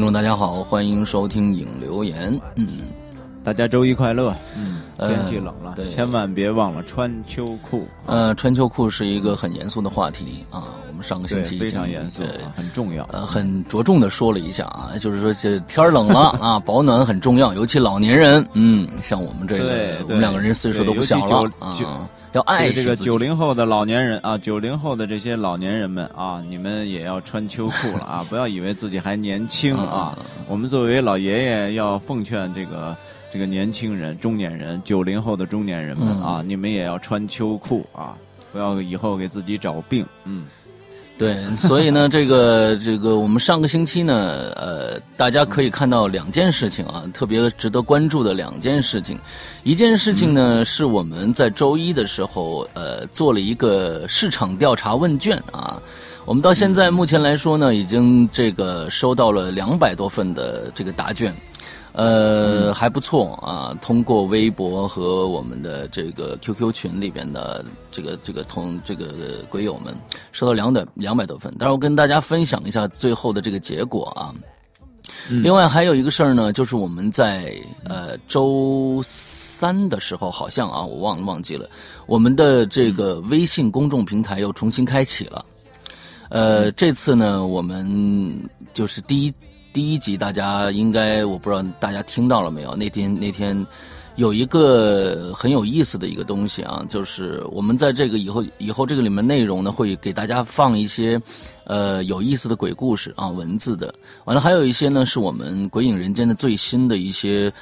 众大家好，欢迎收听影留言。 大家周一快乐。天气冷了，千万别忘了穿秋裤。 穿秋裤是一个很严肃的话题啊。我们上个星期非常严肃，很重要。 很着重的说了一下啊，就是说这天冷了啊，保暖很重要，尤其老年人。像我们这个，我们两个人岁数都不小了啊。要爱惜这个90后的老年人啊，90后的这些老年人们啊，你们也要穿秋裤了啊！不要以为自己还年轻啊。我们作为老爷爷，要奉劝这个年轻人、中年人、90后的中年人们啊，你们也要穿秋裤啊，不要以后给自己找病。 对，所以呢，这个我们上个星期呢，大家可以看到两件事情啊，特别值得关注的两件事情。一件事情呢，是我们在周一的时候，做了一个市场调查问卷啊。我们到现在目前来说呢，已经这个收到了200多份的这个答卷。还不错啊！通过微博和我们的这个 QQ 群里边的这个鬼友们，收到200多份。当然，我跟大家分享一下最后的这个结果啊。另外还有一个事儿呢，就是我们在周3的时候，好像啊，我忘记了，我们的这个微信公众平台又重新开启了。这次呢，我们就是第一集，大家应该我不知道大家听到了没有？那天有一个很有意思的一个东西啊，就是我们在这个以后这个里面内容呢，会给大家放一些有意思的鬼故事啊，文字的。完了还有一些呢，是我们鬼影人间的最新的一些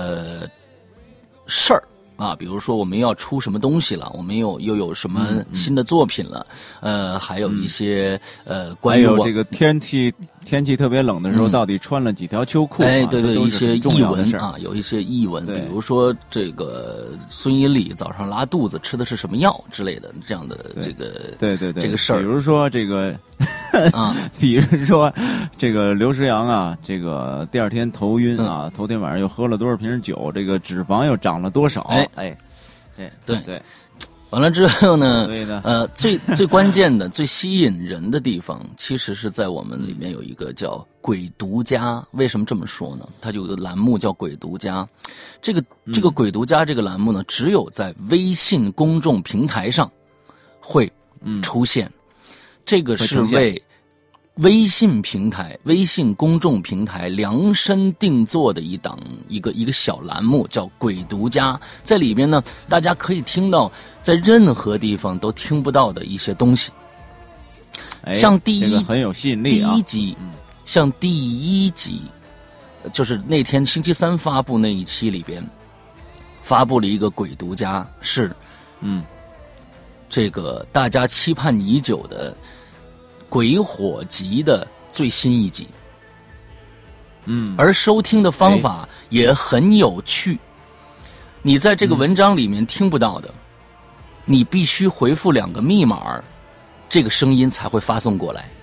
事儿。啊，比如说我们又要出什么东西了，我们又有什么新的作品了，还有一些关于还有这个天气特别冷的时候，到底穿了几条秋裤？ 对，一些译文啊，有一些译文，比如说这个孙一礼早上拉肚子吃的是什么药之类的这样的这个对这个事儿， 比如说这个比如说这个刘诗阳啊，这个第二天头晕啊，头天晚上又喝了多少瓶酒，这个脂肪又长了多少？对。 完了之后呢，最关键的、最吸引人的地方，其实是在我们里面有一个叫“鬼独家”。为什么这么说呢？它就有个栏目叫“鬼独家”。这个“鬼独家”这个栏目呢，只有在微信公众平台上会出现。这个是为微信公众平台量身定做的一个小栏目，叫“鬼独家”。在里边呢，大家可以听到在任何地方都听不到的一些东西。像这个很有吸引力啊。 像第一集，就是那天星期3发布那一期里边，发布了一个“鬼独家”，是这个大家期盼已久的鬼火集的最新一集。而收听的方法也很有趣。你在这个文章里面听不到的，你必须回复2个密码，这个声音才会发送过来。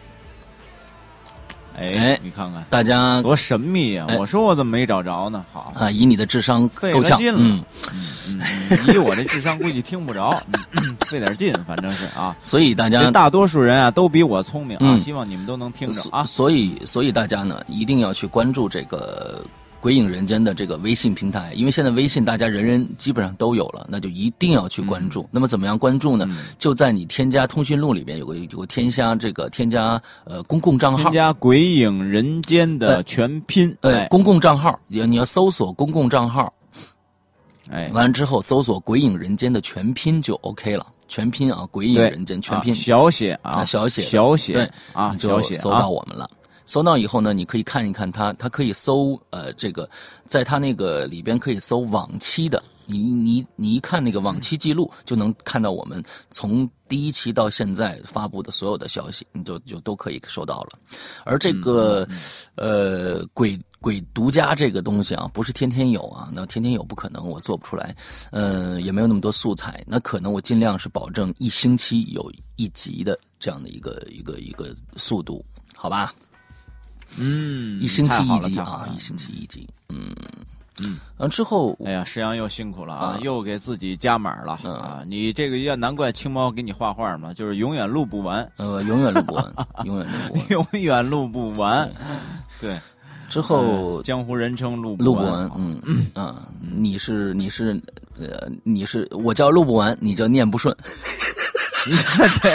你看看， 大家多神秘啊！我说我怎么没找着呢？好啊，以你的智商够呛， 以我这智商估计听不着，费点劲，反正是啊。 所以大家大多数人啊都比我聪明啊，希望你们都能听着啊。 所以大家呢一定要去关注这个鬼影人间的这个微信平台，因为现在微信大家人基本上都有了，那就一定要去关注。那么怎么样关注呢？就在你添加通讯录里边有个添加公共账号， 添加鬼影人间的全拼， 公共账号你要搜索公共账号，完了之后搜索鬼影人间的全拼就 OK 了。全拼啊，鬼影人间全拼， 小写对啊， 就搜到我们了。搜到以后呢，你可以看一看它可以搜这个，在它那个里边可以搜往期的，你一看那个往期记录，就能看到我们从第1期到现在发布的所有的消息，你就都可以收到了。而这个鬼独家这个东西啊，不是天天有啊，那天天有不可能，我做不出来，也没有那么多素材，那可能我尽量是保证1星期有1集的这样的一个速度，好吧？1星期1集啊，1星期1集，之后， 哎呀，石阳又辛苦了啊，又给自己加码了啊！你这个也难怪青猫给你画画嘛，就是永远录不完， 永远录不完，永远录不完， 永远录不完，对。 之后江湖人称陆不完，你是我叫陆不完，你叫念不顺。 对。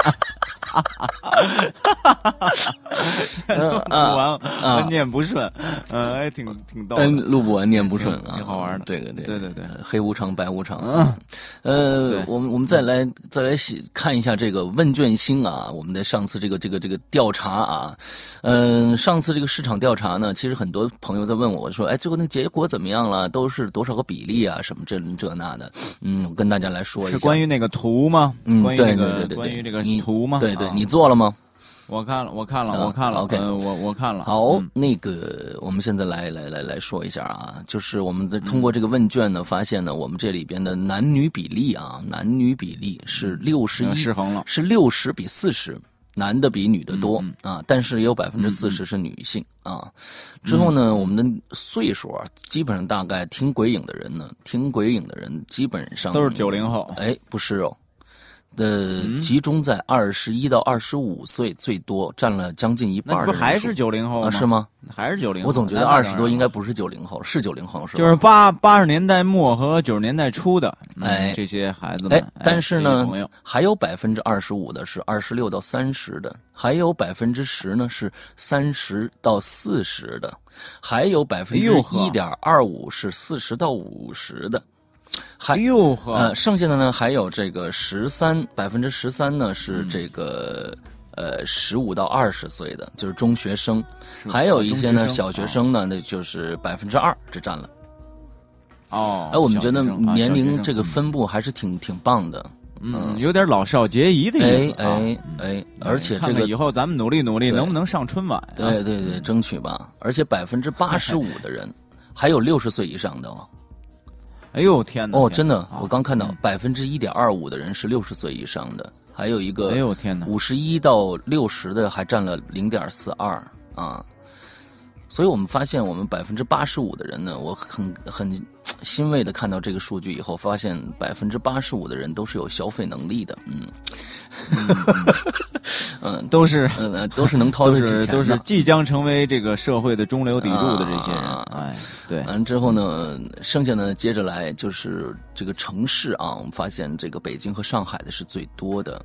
录完念不顺，还挺逗的。 录不完念不顺啊， 挺好玩的。 对，黑无常白无常。我们再来看一下这个问卷星啊，我们的上次这个调查啊，上次这个市场调查呢，其实很多朋友在问我说，最后那结果怎么样了？都是多少个比例啊？什么这那的？我跟大家来说一下。 是关于那个图吗？ 对， 关于这个图吗？ 对，你做了吗？ 我看了。 OK， 我看了。 好，那个我们现在来说一下啊，就是我们通过这个问卷呢，发现呢，我们这里边的男女比例是61， 失衡了， 是60比40，男的比女的多啊，但是也有40%是女性啊。之后呢，我们的岁数啊，基本上大概听鬼影的人基本上都是90后。 不是哦。集中在21到25岁最多，占了将近一半的人数。 那不还是90后吗？ 是吗？ 还是90后？ 我总觉得20多应该不是90后，是90后是吧？ 就是80年代末和90年代初的，这些孩子们。 但是呢，还有25%的是26到30的，还有10%呢是30到40的，还有1.25%是40到50的。剩下的呢还有这个13%呢是这个15到20岁的，就是中学生，还有一些呢小学生呢，那就是2%只占了。我们觉得年龄这个分布还是挺棒的。 有点老少皆宜的意思。 而且这个以后咱们努力，能不能上春晚？ 对，争取吧。而且85%的人还有60岁以上的哦。 哎呦天哪！ 真的，我刚看到1.25%的人是60岁以上的，还有一个51到60的还占了0.42%啊。所以我们发现，我们85%的人呢，我很欣慰的看到这个数据以后，发现85%的人都是有消费能力的，都是能掏得起钱的， 都是即将成为这个社会的中流砥柱的这些人。对。 完之后呢，剩下呢，接着来就是这个城市啊，我们发现这个北京和上海的是最多的，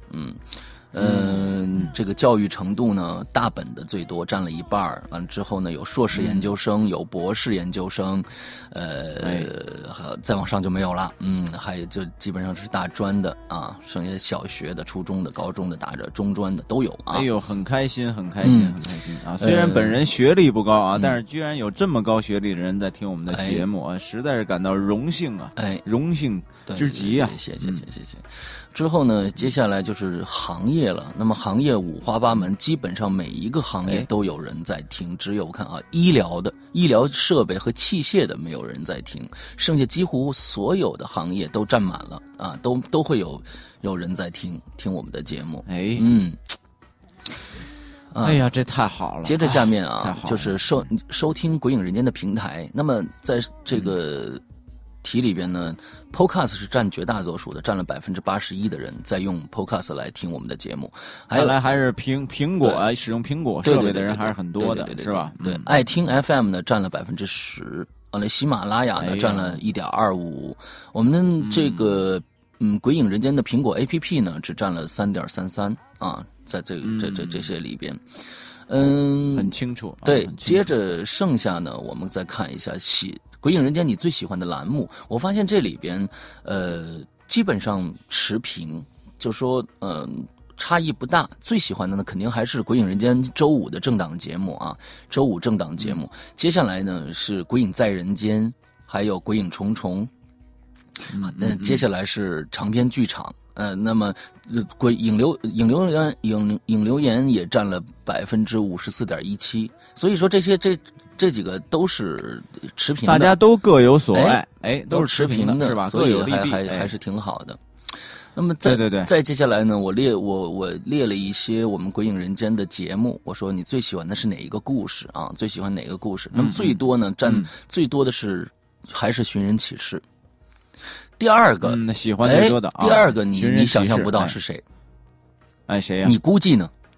这个教育程度呢，大本的最多，占了一半。完了之后呢，有硕士研究生，有博士研究生，再往上就没有了。还有就基本上是大专的啊，剩下小学的、初中的、高中的、中专的都有啊。 很开心啊！虽然本人学历不高啊，但是居然有这么高学历的人在听我们的节目啊，实在是感到荣幸啊！荣幸之极啊！ 谢谢。之后呢，接下来就是行业了。那么行业五花八门，基本上每一个行业都有人在听。只有我看啊，医疗设备和器械的没有人在听，剩下几乎所有的行业都占满了啊，都会有人在听我们的节目。 哎呀，这太好了！ 接着下面就是收听《鬼影人间》的平台。那么在这个题里边呢，Podcast 是占绝大多数的，占了81%的人在用 Podcast 来听我们的节目。 看来还是苹果使用苹果设备的人还是很多的，是吧？ 对，爱听 FM 呢占了10%，喜马拉雅呢占了1.25%，我们的这个鬼影人间的苹果 APP 呢只占了3.33%啊，在这些里边。 很清楚。 对，接着剩下呢，我们再看一下鬼影人间你最喜欢的栏目。我发现这里边基本上持平，就说差异不大。最喜欢的呢，肯定还是鬼影人间周五的正档节目啊，周五正档节目。接下来呢是鬼影在人间，还有鬼影重重。接下来是长篇剧场。那么影留言也占了54.17%，所以说这几个都是持平的， 大家都各有所爱， 都是持平的，是吧？ 所以还还是挺好的。那么再接下来呢，我列了一些我们鬼影人间的节目，我说你最喜欢的是哪一个故事啊？最喜欢哪个故事？那么最多呢，占最多的是还是寻人启事。第二个喜欢最多的第二个你想象不到是谁？ 谁呀？ 你估计呢？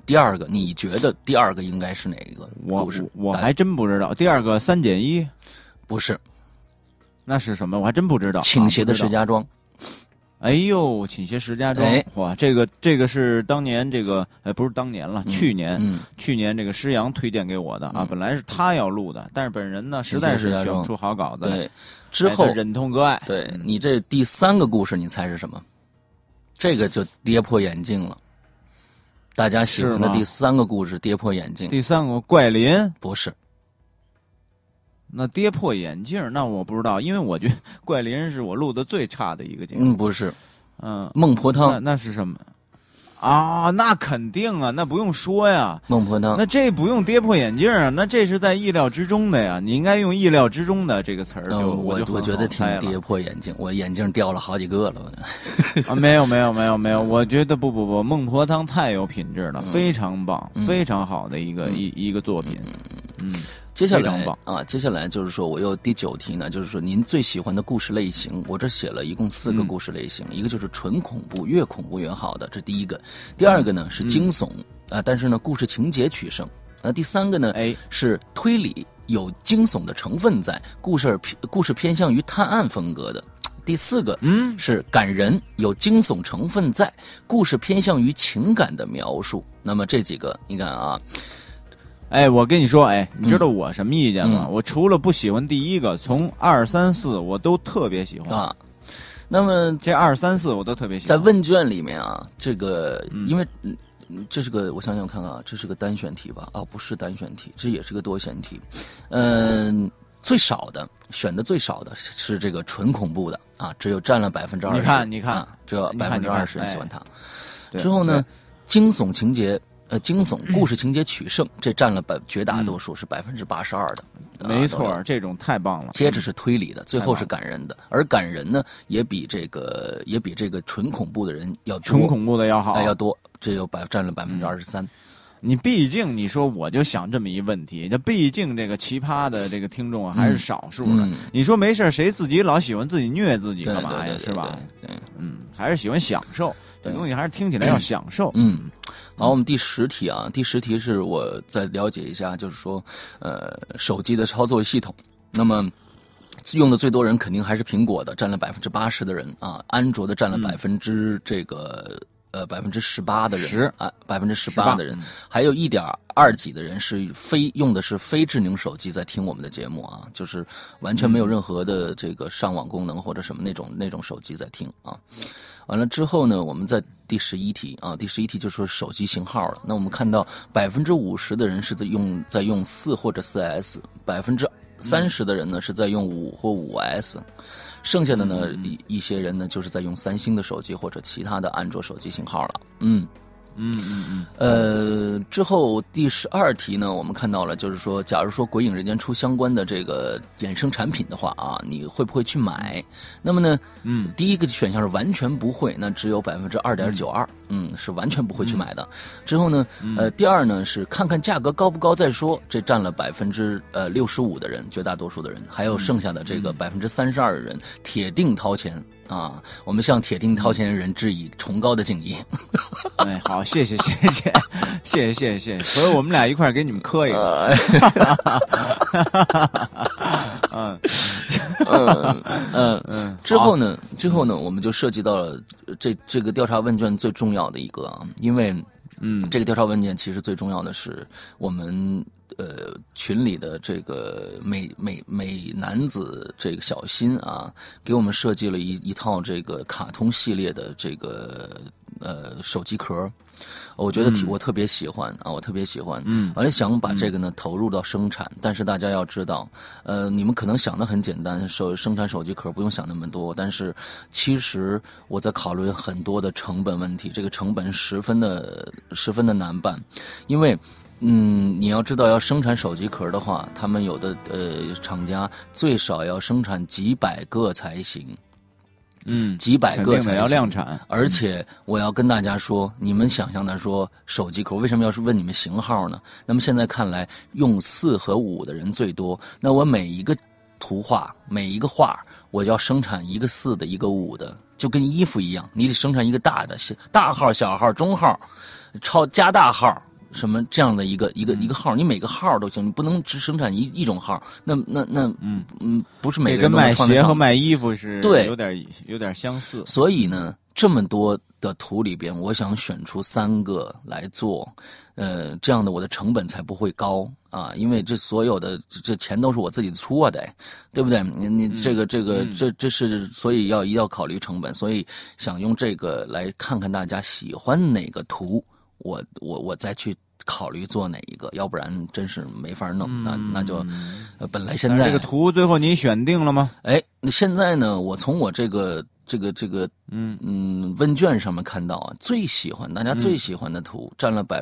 第二个，你觉得第二个应该是哪一个故事？ 我还真不知道。第二个3减1 不是， 那是什么？我还真不知道。 倾斜的石家庄。 哎呦，倾斜石家庄，哇，这个是当年这个，不是当年了，去年这个施洋推荐给我的啊，本来是他要录的，但是本人呢实在是选不出好稿子。 对，之后忍痛割爱。 对你这第3个故事，你猜是什么？这个就跌破眼镜了。大家喜欢的第3个故事跌破眼镜。 第3个怪林不是。 那跌破眼镜，那我不知道，因为我觉得怪林是我录的最差的一个节目。 不是，孟婆汤那是什么？啊，那肯定啊，那不用说呀， 孟婆汤。 那这不用跌破眼镜啊，那这是在意料之中的呀。你应该用意料之中的这个词儿，我觉得挺跌破眼镜，我眼镜掉了好几个了。 啊，没有，我觉得不，孟婆汤太有品质了，非常棒，非常好的一个作品。 接下来就是说，我又第9题呢，就是说您最喜欢的故事类型，我这写了一共4个故事类型，一个就是纯恐怖，越恐怖越好的，这第一个；第二个呢是惊悚但是呢故事情节取胜；第3个呢是推理，有惊悚的成分在，故事偏向于探案风格的；第4个是感人，有惊悚成分在，故事偏向于情感的描述。那么这几个你看啊。 我跟你说，你知道我什么意见吗？我除了不喜欢第一个，从2、3、4我都特别喜欢啊。那么这2、3、4我都特别喜欢。 在问卷里面啊，这个因为这是个，我想想看啊，这是个单选题吧？不是单选题，这也是个多选题。最少的选的最少的是这个纯恐怖的啊，只有占了20%。 你看， 只有20%人喜欢它。之后呢，惊悚情节。惊悚故事情节取胜，这占了绝大多数，是82%的。 没错，这种太棒了。 接着是推理的，最后是感人的，而感人呢，也比这个纯恐怖的人要多， 纯恐怖的要好， 要多，这有占了23%。 你毕竟你说我就想这么一问题，这毕竟这个奇葩的这个听众还是少数的。你说没事，谁自己老喜欢自己虐自己干嘛呀？是吧？还是喜欢享受。这东西还是听起来要享受。 好，我们第10题啊，第10题是我再了解一下，就是说，手机的操作系统。那么用的最多人肯定还是苹果的，占了80%的人啊，安卓的占了18%的人，18%的人，还有1.2几的人是用的是非智能手机在听我们的节目啊，就是完全没有任何的这个上网功能或者什么那种手机在听啊。完了之后呢，我们在第11题啊，第11题就是说手机型号了。那我们看到50%的人是在用4或者4S，30%的人呢是在用5或5S，剩下的呢一些人呢就是在用3星的手机或者其他的安卓手机型号了。之后第12题呢，我们看到了，就是说，假如说《鬼影人间》出相关的这个衍生产品的话啊，你会不会去买？那么呢，第一个选项是完全不会，那只有2.92%，是完全不会去买的。之后呢，第二呢是看看价格高不高再说，这占了65%的人，绝大多数的人，还有剩下的这个32%的人铁定掏钱。啊，我们向铁定掏钱的人致以崇高的敬意。 好，谢谢。回头我们俩一块儿给你们磕一个。 之后呢，我们就涉及到了这个调查问卷最重要的一个啊，因为这个调查问卷其实最重要的是我们。群里的这个美男子这个小新啊，给我们设计了一套这个卡通系列的这个手机壳，我觉得我特别喜欢啊，我特别喜欢。我就想把这个呢投入到生产，但是大家要知道，你们可能想的很简单，生产手机壳不用想那么多，但是其实我在考虑很多的成本问题，这个成本十分的难办，因为。你要知道，要生产手机壳的话，他们有的厂家最少要生产几百个才行。几百个才行， 要量产。 而且我要跟大家说，你们想象的说手机壳为什么要是问你们型号呢？那么现在看来，用4和5的人最多。那我每一个图画，每一个画，我就要生产一个4的，一个5的，就跟衣服一样，你得生产一个大的、大号、小号、中号、加大号。 什么这样的一个号，你每个号都行，你不能只生产一种号，那不是每个人都能穿得上。 这跟卖鞋和卖衣服是对有点相似。 所以呢，这么多的图里边，我想选出3个来做，这样的我的成本才不会高啊，因为这所有的这钱都是我自己出的，对不对？你这是所以要考虑成本，所以想用这个来看看大家喜欢哪个图，我再去考虑做哪一个，要不然真是没法弄。那就本来现在这个图最后你选定了吗？ 现在呢，我从我这个问卷上面看到啊，大家最喜欢的图占了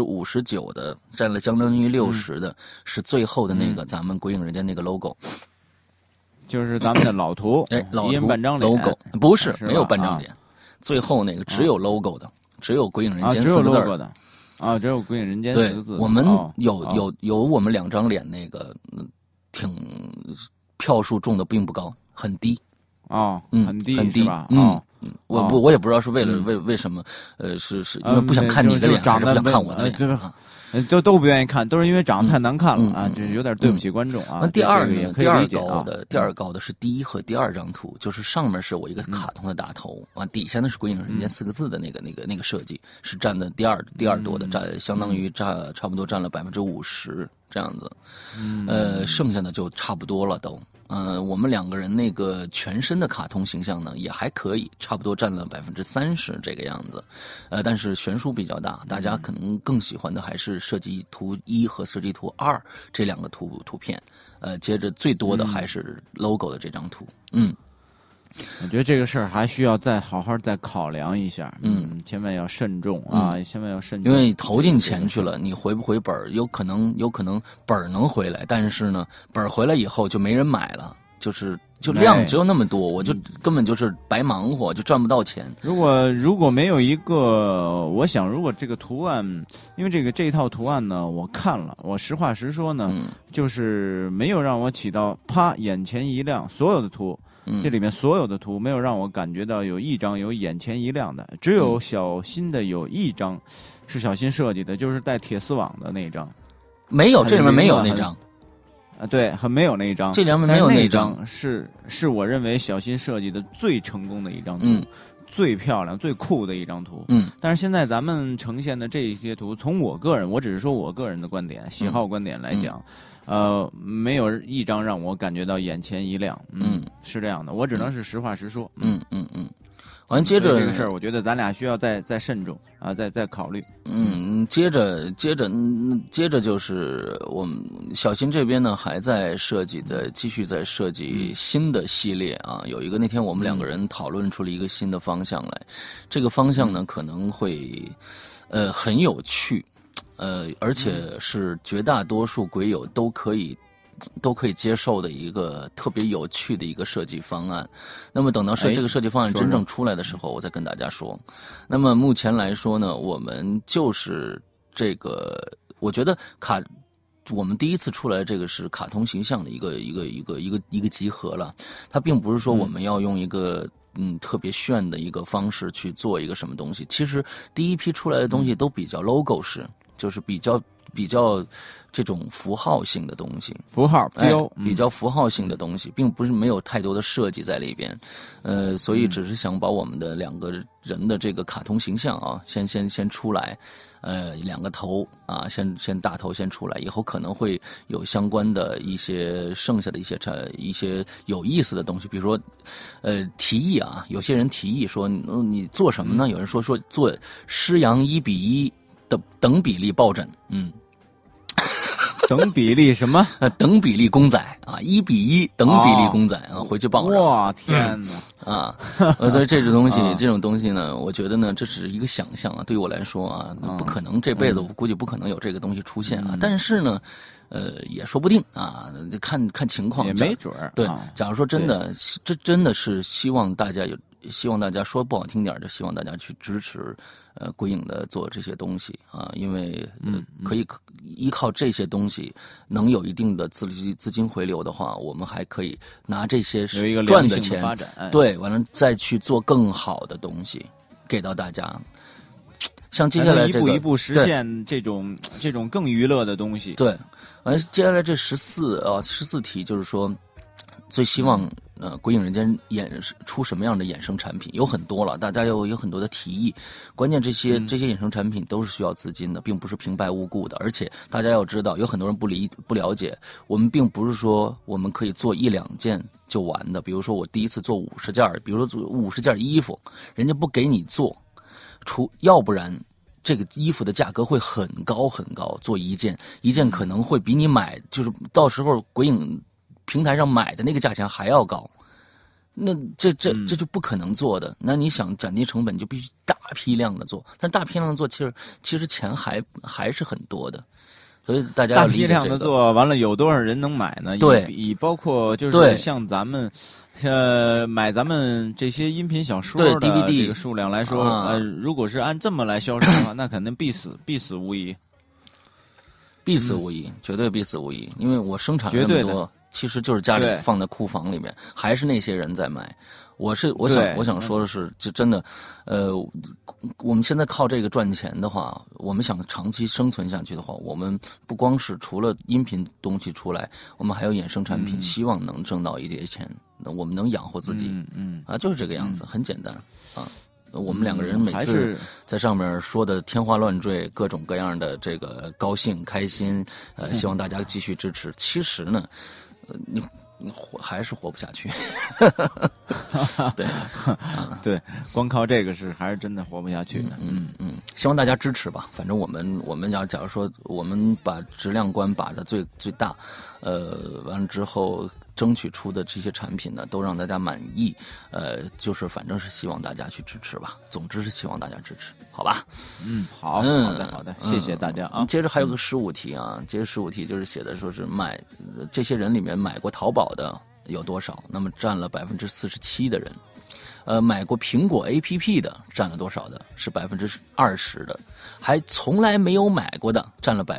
59%的，占了相当于60%的，是最后的那个咱们鬼影人间那个 logo， 就是咱们的老图， 老图半张脸 logo 不是是没有半张脸，最后那个只有 logo 的，只有鬼影人间只有 4个字 logo 的。只有鬼影人间4个字。 我们有我们2张脸那个，挺票数中的并不高，很低。 很低是吧？ 我也不知道是为什么，是因为不想看你的脸，还是不想看我的脸都不愿意看，都是因为长得太难看了这有点对不起观众啊。 那第二高的是第1和第2张图，就是上面是我一个卡通的大头，底下呢是鬼影人间4个字的那个设计，是占的第二多的，相当于差不多占了50%这样子，剩下的就差不多了都。我们2个人那个全身的卡通形象呢也还可以，差不多占了30%这个样子，但是悬殊比较大，大家可能更喜欢的还是设计图1和设计图2这2个图片，接着最多的还是 logo 的这张图。 我觉得这个事儿还需要再好好再考量一下，千万要慎重啊，千万要慎重， 因为投进钱去了，你回不回本儿？有可能本儿能回来，但是呢，本儿回来以后就没人买了，就量只有那么多，我就根本就是白忙活，就赚不到钱。 如果没有一个，我想如果这个图案，因为这一套图案呢，我看了，我实话实说呢，就是没有让我起到啪眼前一亮，所有的图。这里面所有的图没有让我感觉到有一张有眼前一亮的，只有小新的有一张是小新设计的，就是带铁丝网的那一张。 没有，这里面没有那张。 对，很没有那一张。 这里面没有那张， 是我认为小新设计的最成功的一张图，最漂亮、最酷的一张图。但是现在咱们呈现的这些图，从我只是说我个人的观点、喜好观点来讲。没有一张让我感觉到眼前一亮，是这样的，我只能是实话实说， 完接着这个事儿，我觉得咱俩需要再慎重啊，再考虑。 接着就是我们小新这边呢，还在继续在设计新的系列啊。有一个那天我们2个人讨论出了一个新的方向来，这个方向呢可能会很有趣。而且是绝大多数鬼友都可以接受的一个特别有趣的一个设计方案。那么等到这个设计方案真正出来的时候，我再跟大家说。那么目前来说呢，我们就是这个，我觉得我们第一次出来这个是卡通形象的一个集合了，它并不是说我们要用一个特别炫的一个方式去做一个什么东西。其实第一批出来的东西都比较 logo 式。就是比较这种符号性的东西， 符号标， 比较符号性的东西，并不是没有太多的设计在里边，所以只是想把我们的2个人的这个卡通形象啊，先出来，2个头啊，先大头先出来，以后可能会有相关的一些剩下的一些有意思的东西，比如说提议啊，有些人提议说你做什么呢？有人说做狮羊1:1。的等比例抱枕， 等比例什么？ 等比例公仔啊，1:1等比例公仔啊，回去抱着。 哇，天哪！所以这种东西呢，我觉得呢，这只是一个想象啊。对于我来说啊，不可能这辈子我估计不可能有这个东西出现啊。但是呢，也说不定啊，看情况， 也没准儿。 对，假如说真的，这真的是希望大家说不好听点，就希望大家去支持鬼影的做这些东西啊，因为可以依靠这些东西能有一定的资金回流的话，我们还可以拿这些赚的钱，对，完了再去做更好的东西给到大家。 像接下来这个一步一步实现这种更娱乐的东西。 对，接下来这14题就是说，最希望鬼影人间出什么样的衍生产品？有很多了，大家有很多的提议。关键这些衍生产品都是需要资金的，并不是平白无故的。而且大家要知道，有很多人不了解，我们并不是说我们可以做1-2件就完的。比如说我第一次做50件，比如说做50件衣服，人家不给你做，要不然这个衣服的价格会很高很高，做一件可能会比你买，就是到时候鬼影平台上买的那个价钱还要高，那这就不可能做的。那你想降低成本，你就必须大批量的做，但是大批量的做其实钱还是很多的，所以大家要理解这个。 大批量的做完了，有多少人能买呢？ 对， 以包括就是像咱们。买咱们这些音频小说的 DVD 这个数量来说，如果是按这么来销售的话，那肯定必死无疑， 绝对必死无疑。因为我生产那么多，其实就是家里放在库房里面，还是那些人在买。我想说的是，就真的，我们现在靠这个赚钱的话，我们想长期生存下去的话，我们不光是除了音频东西出来，我们还有衍生产品，希望能挣到一点钱，我们能养活自己。就是这个样子，很简单啊。我们2个人每次在上面说的天花乱坠，各种各样的这个高兴开心，希望大家继续支持。其实呢，你还是活不下去。对， 对，光靠这个还是真的活不下去的。 希望大家支持吧。反正我们要假如说我们把质量关把的最大，完了之后争取出的这些产品呢，都让大家满意。就是反正是希望大家去支持吧。总之是希望大家支持，好吧？ 好的，谢谢大家啊。 接着还有个15题啊，接着15题就是写的说是这些人里面买过淘宝的有多少？那么占了47%的人。买过苹果 APP 的占了多少的？是20%的，还从来没有买过的占了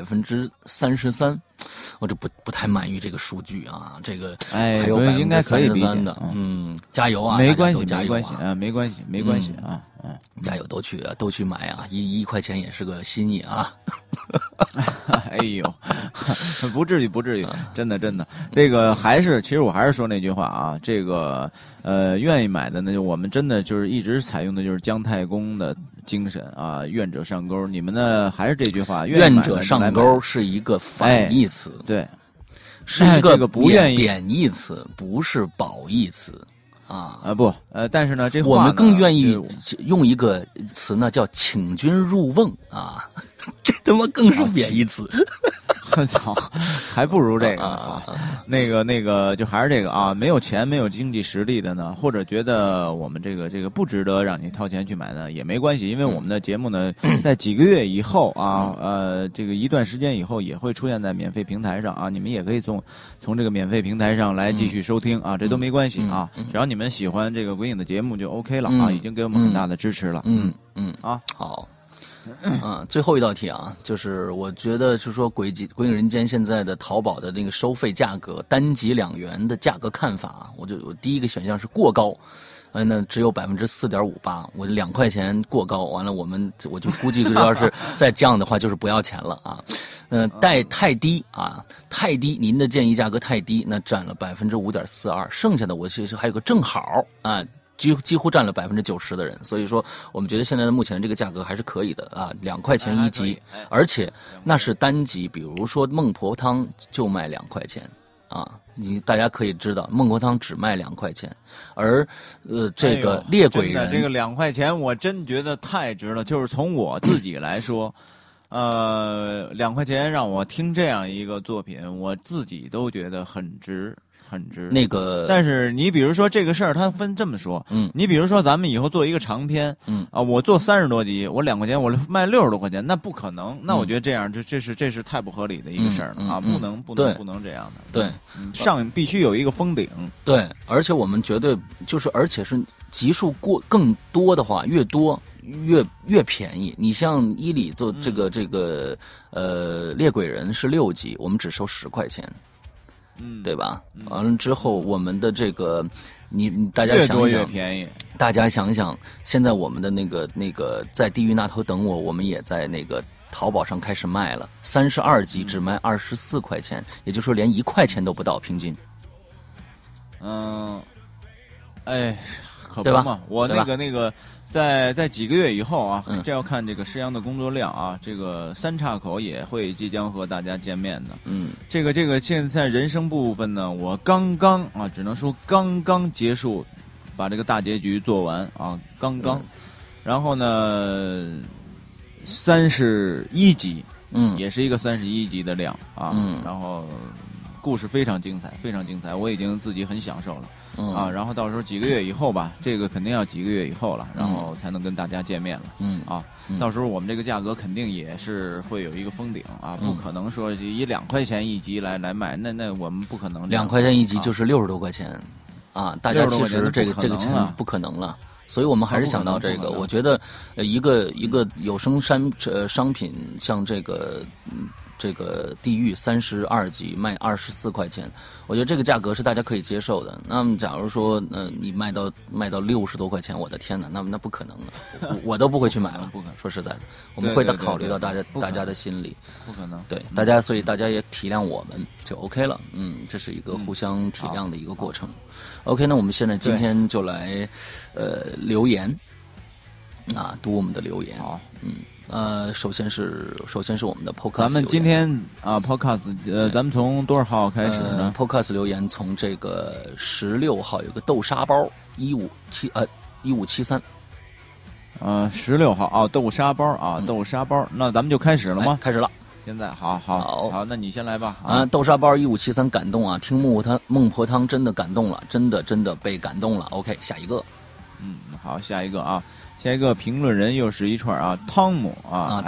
33%。我这不太满意这个数据啊，这个还有应该可以理解的。加油啊！ 没关系，没关系啊。 加油，都去买啊！1块钱也是个心意啊。 哎呦，不至于，真的，这个其实我还是说那句话啊，这个愿意买的呢，我们真的就是一直采用的就是姜太公的精神啊，愿者上钩。你们呢还是这句话， 愿者上钩是一个反义词， 对， 是一个不愿意贬义词，不是褒义词。 不，但是呢，这话我们更愿意用一个词呢，叫请君入瓮啊，这他妈更是贬义词。 我操，还不如这个好。那个，就还是这个啊，没有钱、没有经济实力的呢，或者觉得我们这个不值得让你掏钱去买呢，也没关系，因为我们的节目呢，在几个月以后啊，这个一段时间以后也会出现在免费平台上啊，你们也可以从这个免费平台上来继续收听啊，这都没关系啊，只要你们喜欢这个鬼影的节目就 OK 了啊，已经给我们很大的支持了。 好。最后一道题啊，就是我觉得就是说鬼影人间现在的淘宝的那个收费价格，单集2元的价格看法，我第一个选项是过高，那只有4.58%，我2块钱过高，完了我就估计要是再降的话就是不要钱了啊，太低啊，太低，您的建议价格太低，那占了5.42%，剩下的我其实还有个正好啊。几乎占了90%的人，所以说我们觉得现在的目前这个价格还是可以的啊，2块钱一集，而且那是单集，比如说孟婆汤就卖2块钱啊，大家可以知道孟婆汤只卖2块钱，而这个猎鬼人这个2块钱我真觉得太值了，就是从我自己来说。2块钱让我听这样一个作品，我自己都觉得很值。 那个， 但是你比如说这个事儿，它分这么说，你比如说咱们以后做一个长篇，我做30多集，我2块钱，我卖60多块钱，那不可能。那我觉得这样，这是太不合理的一个事儿了啊，不能这样的。 对， 必须有一个封顶。 对，而且我们绝对而且是集数更多的话，越多越便宜。你像伊里做这个猎鬼人是6集，我们只收10块钱。对吧？完了之后，我们的这个，大家想一想， 越多越便宜。 大家想想，现在我们的那个在地狱那头等我，我们也在那个淘宝上开始卖了，32集只卖24块钱，也就是说连1块钱都不到平均。 哎，可不嘛，我那个在几个月以后啊，这要看这个施洋的工作量啊，这个三岔口也会即将和大家见面的。这个现在人生部分呢，我刚刚啊，只能说刚刚结束，把这个大结局做完啊，刚刚。然后呢，31集，也是一个31集的量啊，然后故事非常精彩，非常精彩，我已经自己很享受了。然后到时候几个月以后吧，这个肯定要几个月以后了，然后才能跟大家见面了。到时候我们这个价格肯定也是会有一个封顶啊，不可能说以2块钱一集来卖，那我们不可能。 2块钱一集就是60多块钱啊，大家其实这个钱不可能了。所以我们还是想到这个，我觉得一个有声商品像这个地狱32集卖24块钱，我觉得这个价格是大家可以接受的。那么假如说你卖到60多块钱，我的天哪，那不可能了，我都不会去买了。不可能，说实在的，我们会考虑到大家的心理， 不可能。 对所以大家也体谅我们就 OK 了。这是一个互相体谅的一个过程。OK， 那我们现在今天就来留言啊，读我们的留言。好，首先是我们的 Podcast。咱们今天啊 Podcast， 咱们从多少号开始呢 ？Podcast 留言从这个16号有个豆沙包1573。 16号啊，豆沙包啊，豆沙包。那咱们就开始了吗？ 开始了。 现在好，那你先来吧。 豆沙包1573感动啊！听孟婆汤真的感动了，真的被感动了。OK， 下一个。 好，下一个啊。下一个评论人又是一串啊，汤姆啊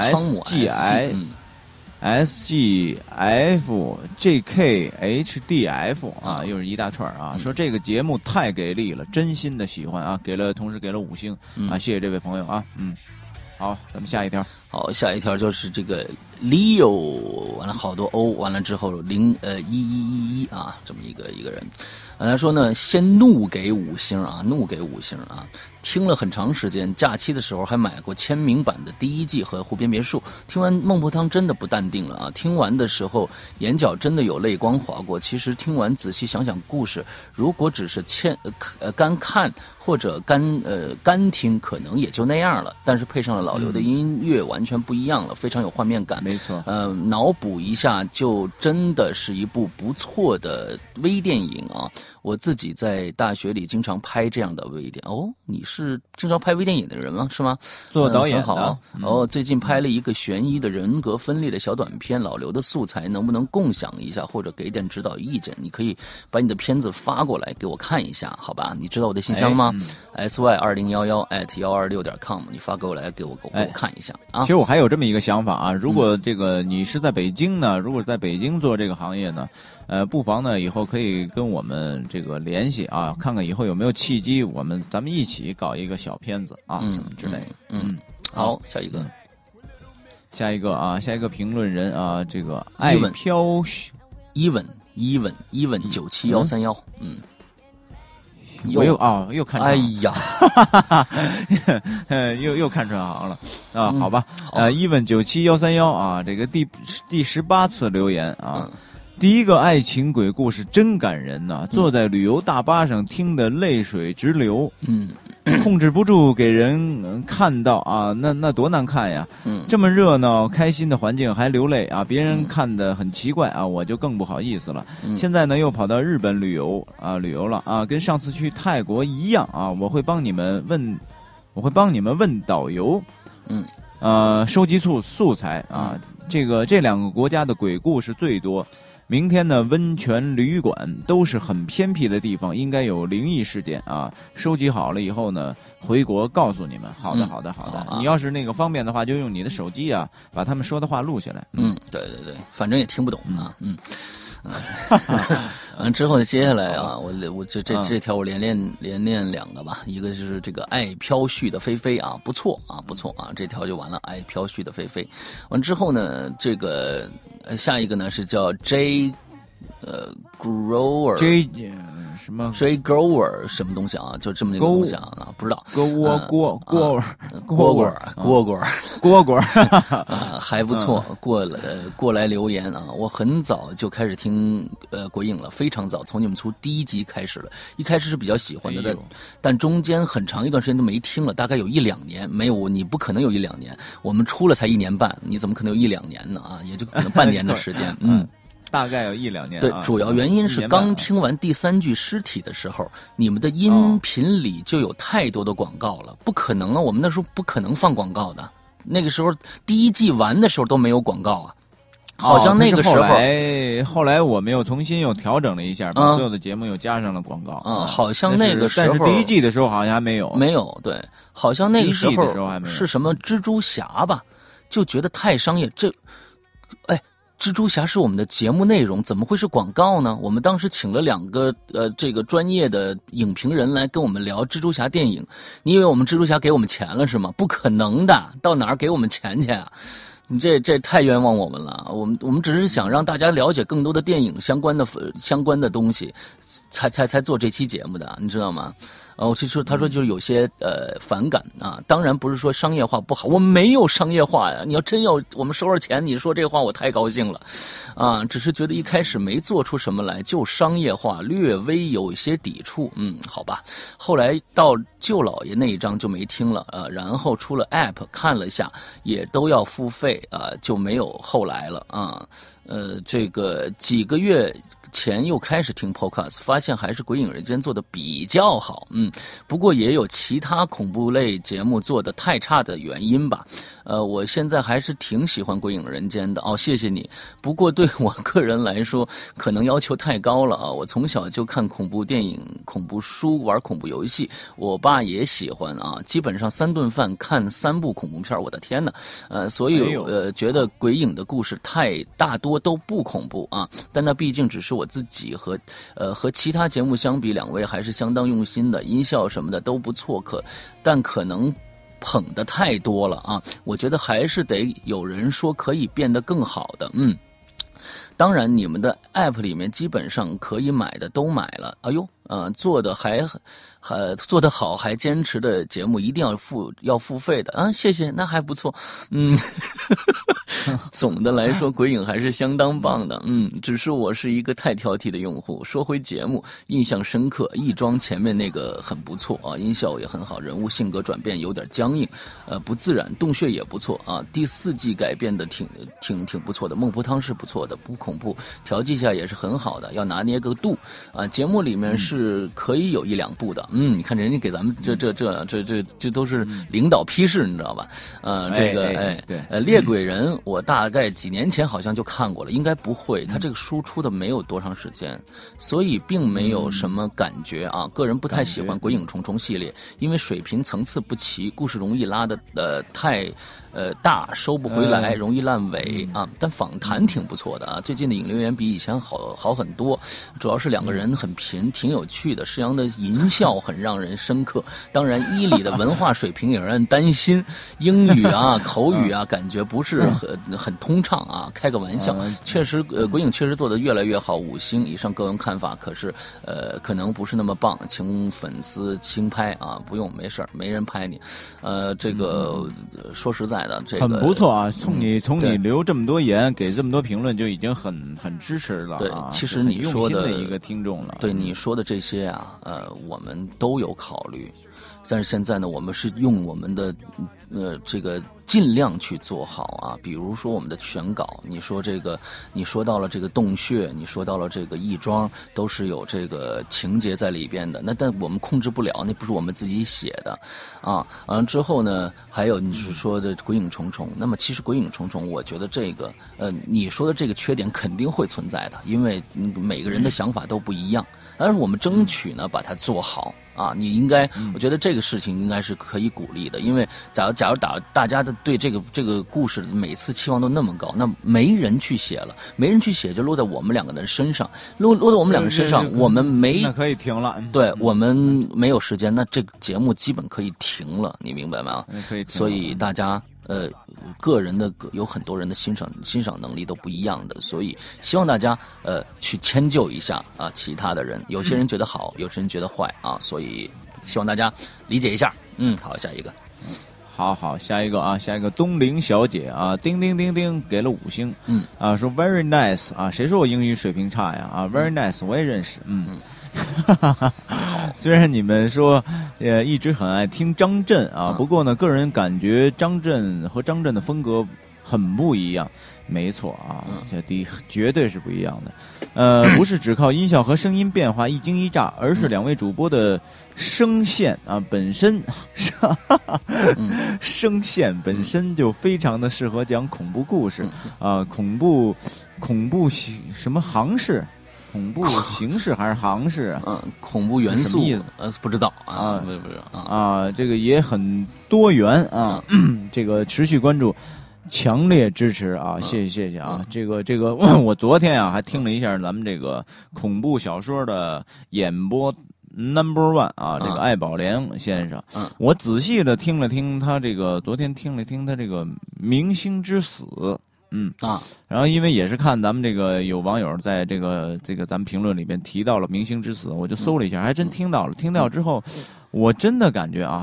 ，SGISGFJKHDF 啊，又是一大串啊，说这个节目太给力了，真心的喜欢啊，同时给了5星啊，谢谢这位朋友啊，好，咱们下一条。 好，下一条就是这个 Leo， 完了好多 O， 完了之后1111啊，这么一个人，他说呢，先怒给5星啊，听了很长时间，假期的时候还买过签名版的第1季和湖边别墅，听完孟婆汤真的不淡定了啊，听完的时候眼角真的有泪光划过，其实听完仔细想想故事，如果只是干看或者干听，可能也就那样了，但是配上了老刘的音乐，完全不一样了，非常有画面感。 没错， 脑补一下，就真的是一部不错的微电影啊！我自己在大学里经常拍这样的微电影。你是经常拍微电影的人吗？是吗？ 做导演的。好。最近拍了一个悬疑的人格分裂的小短片，老刘的素材能不能共享一下，或者给点指导意见？你可以把你的片子发过来给我看一下，好吧？你知道我的信箱吗？sy2011@126.com， 你发过来给我看一下啊。 其实我还有这么一个想法啊，如果这个你是在北京呢，如果在北京做这个行业呢，不妨呢以后可以跟我们这个联系啊，看看以后有没有契机，咱们一起搞一个小片子啊，什么之类的。 好，下一个评论人啊，这个爱飘 Even 97131， 我又看哎呀， 又看转行了啊，好吧，Even 97131啊，这个第18次留言啊。第一个爱情鬼故事真感人呐，坐在旅游大巴上听得泪水直流，控制不住给人看到啊，那多难看呀，这么热闹开心的环境还流泪啊，别人看得很奇怪啊，我就更不好意思了。现在呢又跑到日本旅游了啊，跟上次去泰国一样啊，我会帮你们问导游，收集素材啊，这2个国家的鬼故事最多。明天呢，温泉旅馆都是很偏僻的地方，应该有灵异事件啊。收集好了以后呢，回国告诉你们。好的。你要是那个方便的话，就用你的手机啊，把他们说的话录下来。 对，反正也听不懂啊。完之后接下来啊，我这条我连练2个吧，一个就是这个爱飘絮的菲菲啊，不错啊，这条就完了。爱飘絮的菲菲，完之后呢，这个下一个呢是叫 J Grower 什么 J Grower 什么东西啊？就这么一个东西啊，不知道。 蝈蝈还不错。过来留言啊，我很早就开始听鬼影了，非常早，从你们出第1集开始了。一开始是比较喜欢的，但中间很长一段时间都没听了，大概有1-2年。没有，你不可能有1-2年，我们出了才1年半，你怎么可能有1-2年呢？啊，也就可能半年的时间。 大概有1-2年。 对，主要原因是刚听完第3具尸体的时候，你们的音频里就有太多的广告了，不可能啊！我们那时候不可能放广告的，那个时候第1季完的时候都没有广告啊。好像那个时候， 后来我们又重新又调整了一下，把所有的节目又加上了广告。 好像那个时候， 但是第1季的时候好像还没有。 没有，对，好像那个时候还没有是什么蜘蛛侠吧？就觉得太商业，蜘蛛侠是我们的节目内容，怎么会是广告呢？我们当时请了2个这个专业的影评人来跟我们聊蜘蛛侠电影。你以为我们蜘蛛侠给我们钱了是吗？不可能的，到哪儿给我们钱去啊？你这太冤枉我们了。我们只是想让大家了解更多的电影相关的东西，才做这期节目的，你知道吗？其实他说就是有些反感啊，当然不是说商业化不好，我没有商业化呀。你要真要我们收了钱，你说这话我太高兴了，啊，只是觉得一开始没做出什么来，就商业化略微有一些抵触，好吧。后来到舅老爷那一章就没听了，然后出了 app 看了一下，也都要付费啊，就没有后来了啊。这个几个月前又开始听 podcast， 发现还是《鬼影人间》做的比较好，不过也有其他恐怖类节目做的太差的原因吧。我现在还是挺喜欢《鬼影人间》的哦，谢谢你。不过对我个人来说，可能要求太高了啊。我从小就看恐怖电影、恐怖书、玩恐怖游戏，我爸也喜欢啊。基本上3顿饭看3部恐怖片，我的天哪！所以觉得鬼影的故事大多都不恐怖啊。但那毕竟只是我自己和其他节目相比，两位还是相当用心的，音效什么的都不错，但可能捧的太多了啊！我觉得还是得有人说可以变得更好的，当然，你们的 app 里面基本上可以买的都买了。哎呦，做的做得好还坚持的节目一定要付费的啊！谢谢，那还不错。总的来说，鬼影还是相当棒的。只是我是一个太挑剔的用户。说回节目，印象深刻，亦庄前面那个很不错啊，音效也很好，人物性格转变有点僵硬，不自然，洞穴也不错啊。第4季改编的挺不错的，孟婆汤是不错的，不恐怖，调剂下也是很好的，要拿捏个度啊。节目里面是可以有1-2部的，你看人家给咱们这都是领导批示，你知道吧？猎鬼人我大概几年前好像就看过了，应该不会，他这个书出的没有多长时间，所以并没有什么感觉啊。个人不太喜欢鬼影重重系列，因为水平层次不齐，故事容易拉的太大，收不回来，容易烂尾啊。但访谈挺不错的啊，最近的引流员比以前好很多，主要是2个人很贫，挺有趣的。施洋的淫笑很让人深刻，当然伊里的文化水平也让人担心，英语啊、口语啊，感觉不是很通畅啊。开个玩笑，确实，鬼影确实做得越来越好，5星以上个人看法。可是，可能不是那么棒，请粉丝轻拍啊，不用，没事儿，没人拍你。这个说实在的，这个很不错啊。从你留这么多言，给这么多评论，就已经很支持了啊。 对，其实你说的一个听众了。 对你说的这些啊，我们都有考虑，但是现在呢，我们是用我们的这个尽量去做好啊。比如说我们的选稿，你说到了这个洞穴，你说到了这个亦庄，都是有这个情节在里边的。但我们控制不了，那不是我们自己写的啊。之后呢，还有你是说的鬼影重重，那么其实鬼影重重，我觉得这个你说的这个缺点肯定会存在的，因为每个人的想法都不一样。但是我们争取呢，把它做好。啊，你应该，我觉得这个事情应该是可以鼓励的，因为假如大家的对这个故事每次期望都那么高，那没人去写了，没人去写就落在我们2个人身上，落在我们2个身上，我们那可以停了， 对，我们没有时间，那这个节目基本可以停了，你明白吗？ 可以停了。 所以大家个人的有很多人的欣赏能力都不一样的，所以希望大家去迁就一下啊其他的人，有些人觉得好，有些人觉得坏啊，所以希望大家理解一下。好，下一个。 好，下一个东陵小姐啊，叮叮叮叮给了5星，说 very nice 啊，谁说我英语水平差呀？啊 very nice 我也认识，虽然你们说一直很爱听张震啊，不过呢，个人感觉张震的风格很不一样。没错啊，这绝对是不一样的。不是只靠音效和声音变化一惊一乍，而是2位主播的声线啊本身，声线本身就非常的适合讲恐怖故事啊，恐怖什么行式。恐怖形式还是行式啊？ 恐怖元素不知道啊，不是啊，这个也很多元啊，这个持续关注，强烈支持啊，谢谢啊，这个我昨天啊还听了一下咱们这个恐怖小说的演播 No.1 啊，这个艾宝良先生，我仔细的听了听他这个，昨天听了听他这个明星之死。然后因为也是看咱们这个有网友在这个咱们评论里边提到了明星之死，我就搜了一下，还真听到了。听到之后，我真的感觉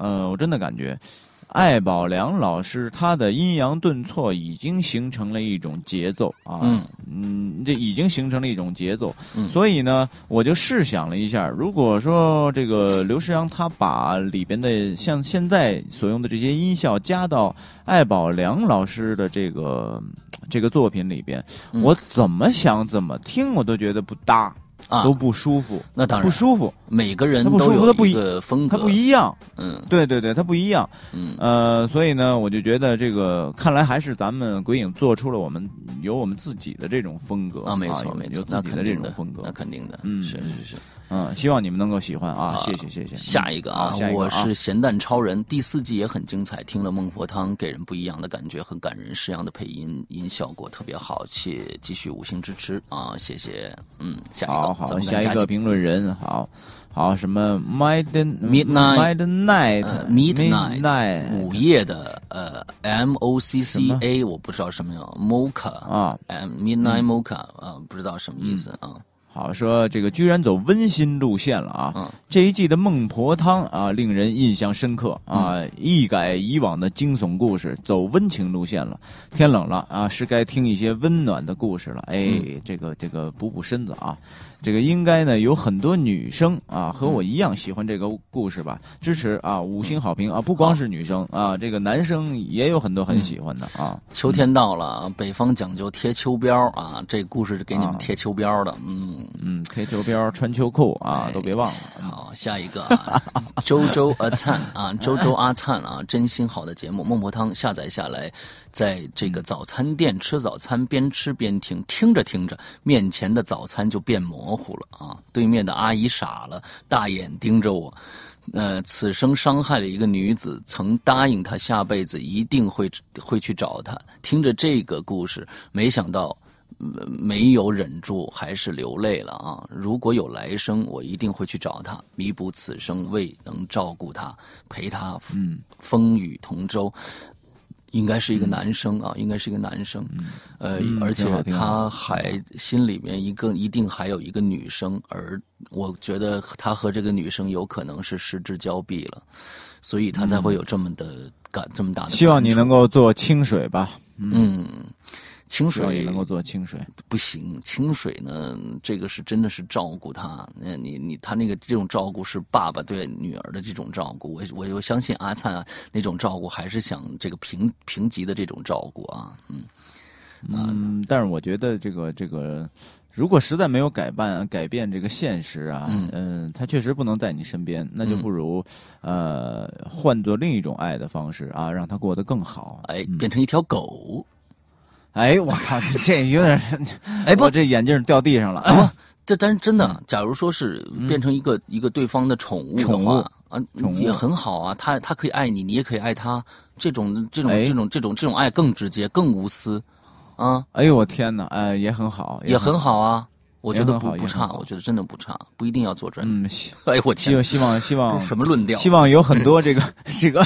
艾宝良老师他的阴阳顿挫已经形成了一种节奏啊，这已经形成了一种节奏。所以呢，我就试想了一下，如果说这个刘诗阳他把里边的像现在所用的这些音效加到艾宝良老师的这个作品里边，我怎么想怎么听我都觉得不搭。都不舒服， 那当然不舒服。 每个人都有一个风格， 它不一样。对，它不一样。所以呢，我就觉得这个看来还是咱们鬼影做出了我们自己的这种风格啊，没错， 有自己的这种风格， 那肯定的，是。 希望你们能够喜欢啊！谢谢。 下一个啊，我是咸蛋超人，第4季也很精彩，听了孟婆汤，给人不一样的感觉，很感人。诗阳的配音效果特别好，且继续5星支持啊！谢谢。下一个， 好，下一个评论人，好，什么 midnight 午夜的MOCCA 我不知道什么样 mocha 啊midnight mocha 不知道什么意思啊。 好，说这个居然走温馨路线了啊！这一季的孟婆汤啊，令人印象深刻啊，一改以往的惊悚故事，走温情路线了。天冷了啊，是该听一些温暖的故事了。这个补身子啊。这个应该呢有很多女生啊和我一样喜欢这个故事吧，支持啊5星好评啊，不光是女生啊，这个男生也有很多很喜欢的啊。 秋天到了，北方讲究贴秋膘啊，这故事是给你们贴秋膘的， 贴秋膘穿秋裤啊，都别忘了。 好，下一个啊，周周阿灿啊，真心好的节目，孟婆汤下载下来，在这个早餐店吃早餐，边吃边听，听着听着，面前的早餐就变模糊了啊！对面的阿姨傻了，大眼盯着我。此生伤害了一个女子，曾答应她下辈子一定会去找她。听着这个故事，没想到没有忍住，还是流泪了啊！如果有来生，我一定会去找她，弥补此生未能照顾她，陪她风雨同舟。应该是一个男生啊，而且他还心里面一定还有一个女生，而我觉得他和这个女生有可能是失之交臂了，所以他才会有这么大的感触。 希望你能够做清水吧。 清水也能够做清水， 不行。清水呢，这个是真的是照顾他。他那个这种照顾是爸爸对女儿的这种照顾。我又相信阿灿啊，那种照顾还是想这个平级的这种照顾啊。 但是我觉得这个，如果实在没有改变这个现实啊，他确实不能在你身边，那就不如换做另一种爱的方式啊，让他过得更好。 变成一条狗。 我靠，这有点，我这眼镜掉地上了。 但是真的，假如说是变成一个对方的宠物的话啊，也很好啊。他可以爱你，你也可以爱他。这种爱更直接，更无私啊。 哎呦我天哪，也很好， 也很好啊。我觉得不差，我觉得真的不差，不一定要做专。 我天，希望什么论调？ 希望有很多这个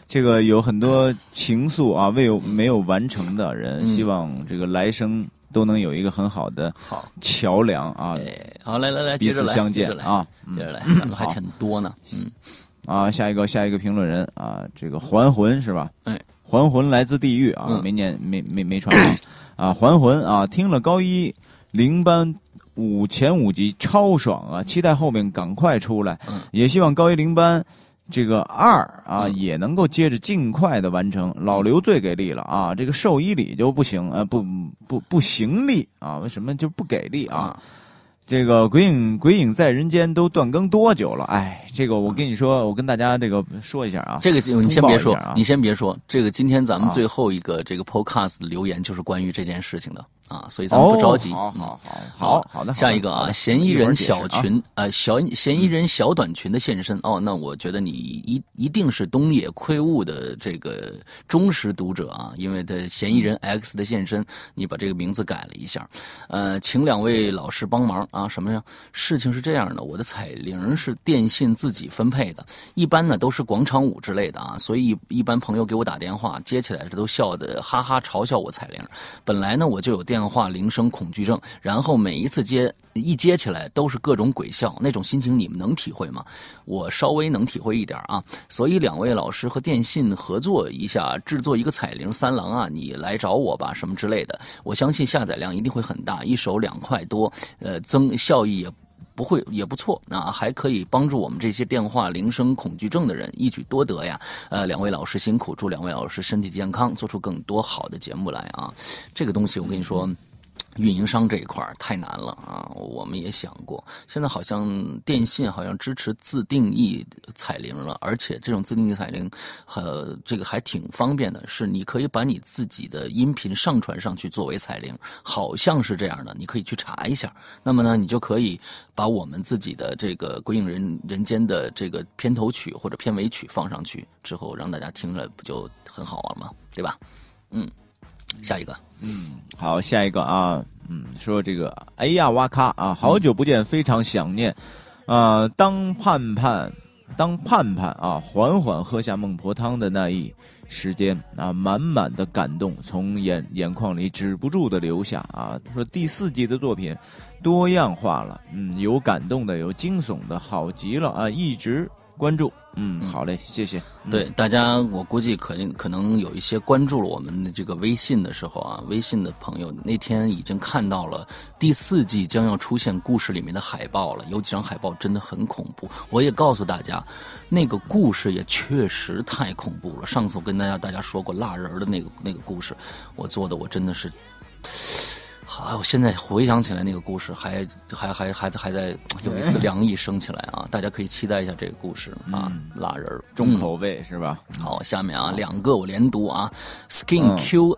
这个有很多情愫啊，没有完成的人，希望这个来生都能有一个很好的桥梁啊。 好，来， 彼此相见啊， 接着来，咱们还挺多呢。 下一个评论人啊，这个还魂是吧？还魂来自地狱啊，没传啊，还魂啊，听了高一0班前5集超爽啊，期待后面赶快出来，也希望高一0班这个2啊也能够接着尽快的完成。老刘最给力了啊，这个兽医里就不行不行力啊，为什么就不给力啊？这个鬼影在人间都断更多久了？哎，这个我跟你说，我跟大家这个说一下啊。 这个你先别说，你先别说。这个今天咱们最后一个这个 podcast 的留言就是关于这件事情的啊，所以咱们不着急。 好的。 下一个啊，嫌疑人小群嫌疑人小短裙的现身哦，那我觉得你一定是东野圭吾的这个忠实读者啊，因为的嫌疑人 X 的现身，你把这个名字改了一下，请2位老师帮忙啊，什么呀？事情是这样的，我的彩铃是电信自己分配的，一般呢都是广场舞之类的啊，所以一般朋友给我打电话，接起来这都笑得哈哈嘲笑我彩铃。本来呢我就有电话铃声恐惧症，然后每一次接起来都是各种鬼笑，那种心情你们能体会吗？我稍微能体会一点啊，所以2位老师和电信合作一下，制作一个彩铃3郎啊，你来找我吧，什么之类的，我相信下载量一定会很大，一首2块多，效益也不错啊，还可以帮助我们这些电话铃声恐惧症的人一举多得呀。2位老师辛苦，祝2位老师身体健康，做出更多好的节目来啊。这个东西我跟你说，运营商这一块太难了啊，我们也想过，现在好像电信好像支持自定义彩铃了，而且这种自定义彩铃这个还挺方便的，是你可以把你自己的音频上传上去作为彩铃，好像是这样的，你可以去查一下。那么呢，你就可以把我们自己的这个鬼影人间的这个片头曲或者片尾曲放上去之后，让大家听了不就很好玩吗？对吧？下一个。 好，下一个啊，说这个，哎呀，哇咔啊，好久不见，非常想念，当盼盼啊，缓缓喝下孟婆汤的那一时间啊，满满的感动从眼眶里止不住的流下啊。说第4季的作品多样化了，有感动的，有惊悚的，好极了啊，一直关注。好嘞，谢谢。 对大家，我估计可能有一些关注了我们的这个微信的时候啊，微信的朋友那天已经看到了第4季将要出现故事里面的海报了，有几张海报真的很恐怖。我也告诉大家，那个故事也确实太恐怖了。上次我跟大家说过蜡人的那个故事，我做的我真的是。好，我现在回想起来那个故事，还在有一丝凉意升起来啊！大家可以期待一下这个故事啊，蜡人重口味是吧？ 好，下面啊2个我连读啊 ，Skin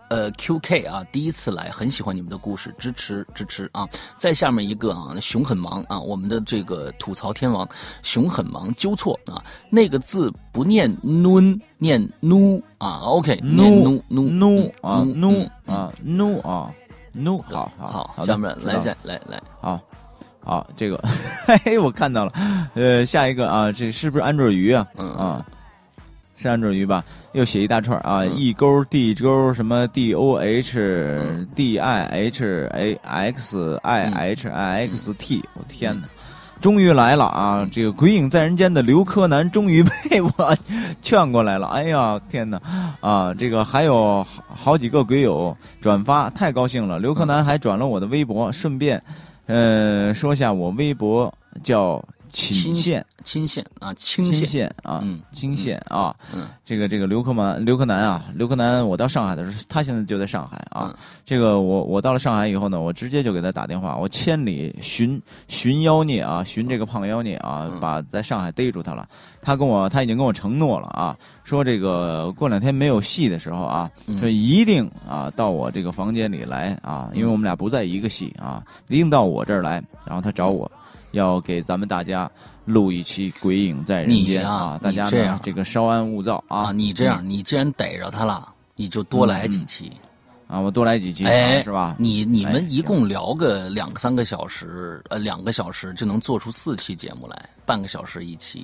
QK 啊，第一次来，很喜欢你们的故事，支持啊！再下面一个啊，熊很忙啊，我们的这个吐槽天王熊很忙纠错啊，那个字不念 nun 念 nu 啊 ，OK， 念 nu 啊 nu 啊 nu 啊。好， 下面来， 好，这个，我看到了，下一个啊，这是不是安卓鱼啊？是安卓鱼吧？又写一大串啊，E 勾 D 勾什么 DOH DIHAXIHIXT，我天哪！终于来了啊！这个鬼影在人间的刘柯南终于被我劝过来了。哎呀，天哪！啊，这个还有好几个鬼友转发，太高兴了。刘柯南还转了我的微博，顺便，说下我微博叫倾线。 清线啊， 这个刘柯南，我到上海的时候，他现在就在上海啊。这个我到了上海以后呢，我直接就给他打电话，我千里寻妖孽啊，寻这个胖妖孽啊，把在上海逮住他了。他已经跟我承诺了啊，说这个过2天没有戏的时候啊，说一定啊到我这个房间里来啊，因为我们俩不在一个戏啊，一定到我这儿来。然后他找我要给咱们大家录一期《鬼影在人间》啊，大家呢这个稍安勿躁啊。 你这样，你既然逮着他了，你就多来几期。 我多来几期，是吧？ 你们一共聊个2-3个小时，2个小时就能做出4期节目来，半个小时一期。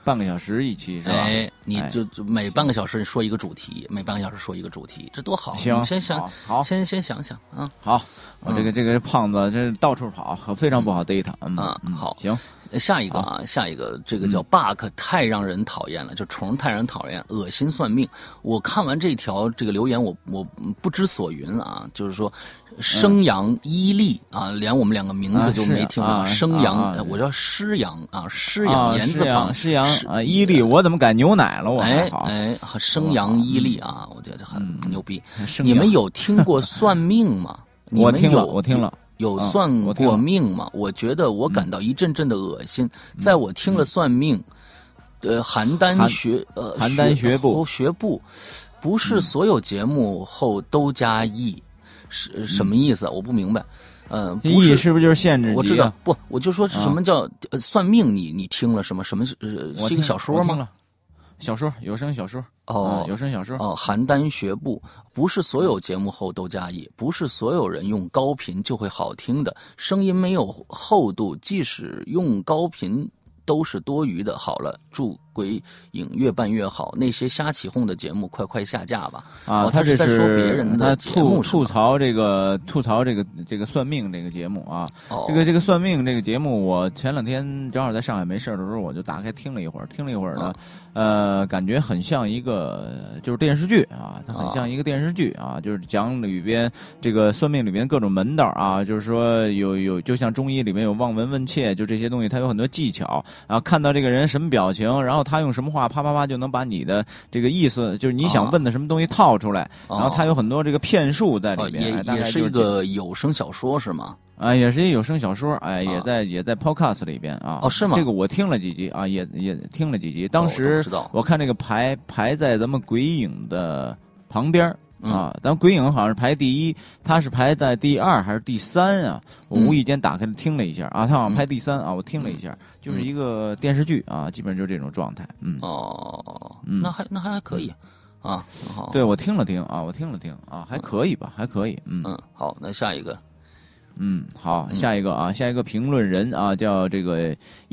半个小时一期是吧？ 哎，你就每半个小时说一个主题，每半个小时说一个主题，这多好！ 行， 先想， 好， 先想想啊。 好，我这个胖子这到处跑，非常不好逮他。 好， 行。 下一个啊，下一个这个叫 bug 太让人讨厌了，就虫太让人讨厌，恶心算命。我看完这条这个留言，我不知所云啊，就是说生阳伊利啊，连我们两个名字就没听到。生阳，我叫诗阳啊，诗阳言字旁， 诗阳啊，伊利，我怎么改牛奶了？我哎，生阳伊利啊，我觉得很牛逼。你们有听过算命吗？ 我听了。 有算过命吗？我觉得我感到一阵阵的恶心。在我听了算命，邯郸学部，不是所有节目后都加义，是什么意思？我不明白。 义是不是就是限制级？ 我知道，不，我就说什么叫算命？你听了什么？什么是一个小说吗？ 小说，有声小说有声小说邯郸学步，不是所有节目后都加义，不是所有人用高频就会好听的，声音没有厚度，即使用高频都是多余的。好了，祝鬼影越办越好，那些瞎起哄的节目快下架吧。他是在说别人的节目， 吐槽这个算命这个节目啊。这个算命这个节目，我前2天正好在上海没事的时候，我就打开听了一会儿呢。感觉很像一个就是电视剧啊，它很像一个电视剧啊，就是讲里边这个算命里边各种门道啊，就是说有就像中医里面有望闻问切，就这些东西它有很多技巧，然后看到这个人什么表情，然后他用什么话啪啪啪就能把你的这个意思，就是你想问的什么东西套出来，然后它有很多这个骗术在里面， 也是一个有声小说是吗？ 也是一有声小说，也在 podcast 里边啊。 是吗？ 这个我听了几集啊，也听了几集。当时我看这个排在咱们鬼影的旁边啊，咱们鬼影好像是排第1，他是排在第2还是第3啊？我无意间打开听了一下啊，他好像排第3啊，我听了一下，就是一个电视剧啊，基本上就是这种状态。 那还可以啊。好， 对，我听了听啊，还可以吧，还可以。 好，那下一个。 好，下一个啊，下一个评论人啊，叫这个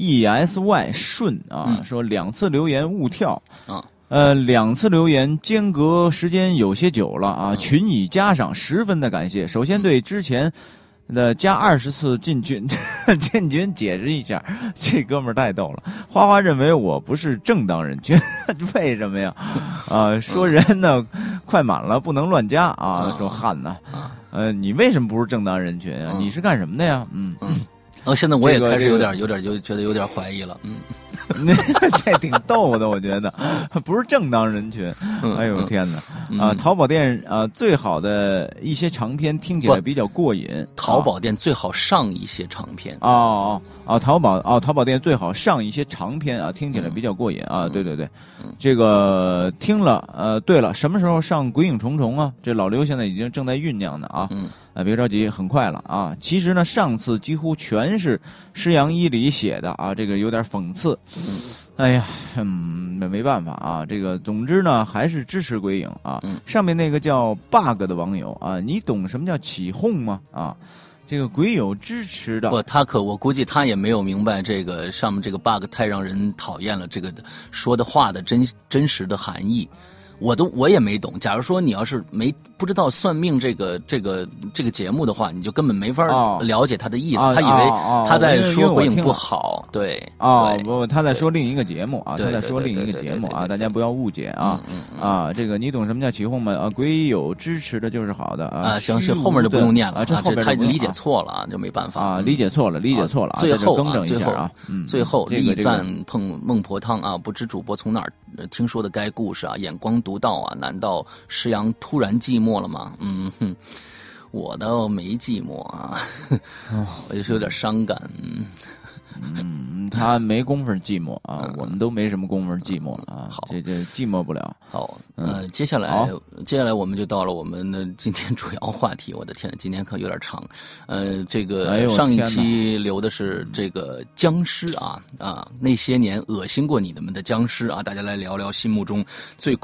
ESY 顺啊，说2次留言误跳2次留言间隔时间有些久了啊，群已加上，10分的感谢。首先对之前的加20次进群解释一下，这哥们儿太逗了。花花认为我不是正当人群，为什么呀？说人呢快满了不能乱加啊，说汉呢。你为什么不是正当人群啊？你是干什么的呀？ 现在我也开始有点就觉得有点怀疑了。 这挺逗的，我觉得不是正当人群。哎呦天哪！淘宝店最好的一些长篇听起来比较过瘾。 淘宝店最好上一些长篇。 淘宝店最好上一些长篇啊，听起来比较过瘾啊。对，这个听了。对了，什么时候上《鬼影重重》啊？这老刘现在已经正在酝酿呢啊。别着急，很快了啊。其实呢，上次几乎全是施阳伊里写的啊，这个有点讽刺。哎呀，没办法啊。这个总之呢，还是支持鬼影啊。上面那个叫 bug 的网友啊，你懂什么叫起哄吗？啊，这个鬼友支持的。 我估计他也没有明白这个上面这个 bug 太让人讨厌了，这个说的话的真实的含义。我也没懂。假如说你要是不知道算命这个节目的话，你就根本没法了解他的意思。他以为他在说鬼影不好，对。 不，他在说另一个节目啊，他在说另一个节目啊，大家不要误解啊。这个你懂什么叫起哄吗？鬼友支持的就是好的啊。 行，后面就不用念了这后面他理解错了啊，就没办法啊，理解错了啊。 最后更正一下啊， 最后力赞碰孟婆汤啊，不知主播从哪儿听说的该故事啊，眼光独到啊，难道施阳突然寂寞了吗？我倒没寂寞啊，我就是有点伤感。 他没工夫寂寞啊，我们都没什么工夫寂寞啊。 好， 这寂寞不了。 好，接下来我们就到了我们的今天主要话题。我的天，今天可有点长。这个上一期留的是这个僵尸啊，那些年恶心过你们的僵尸啊，大家来聊聊心目中最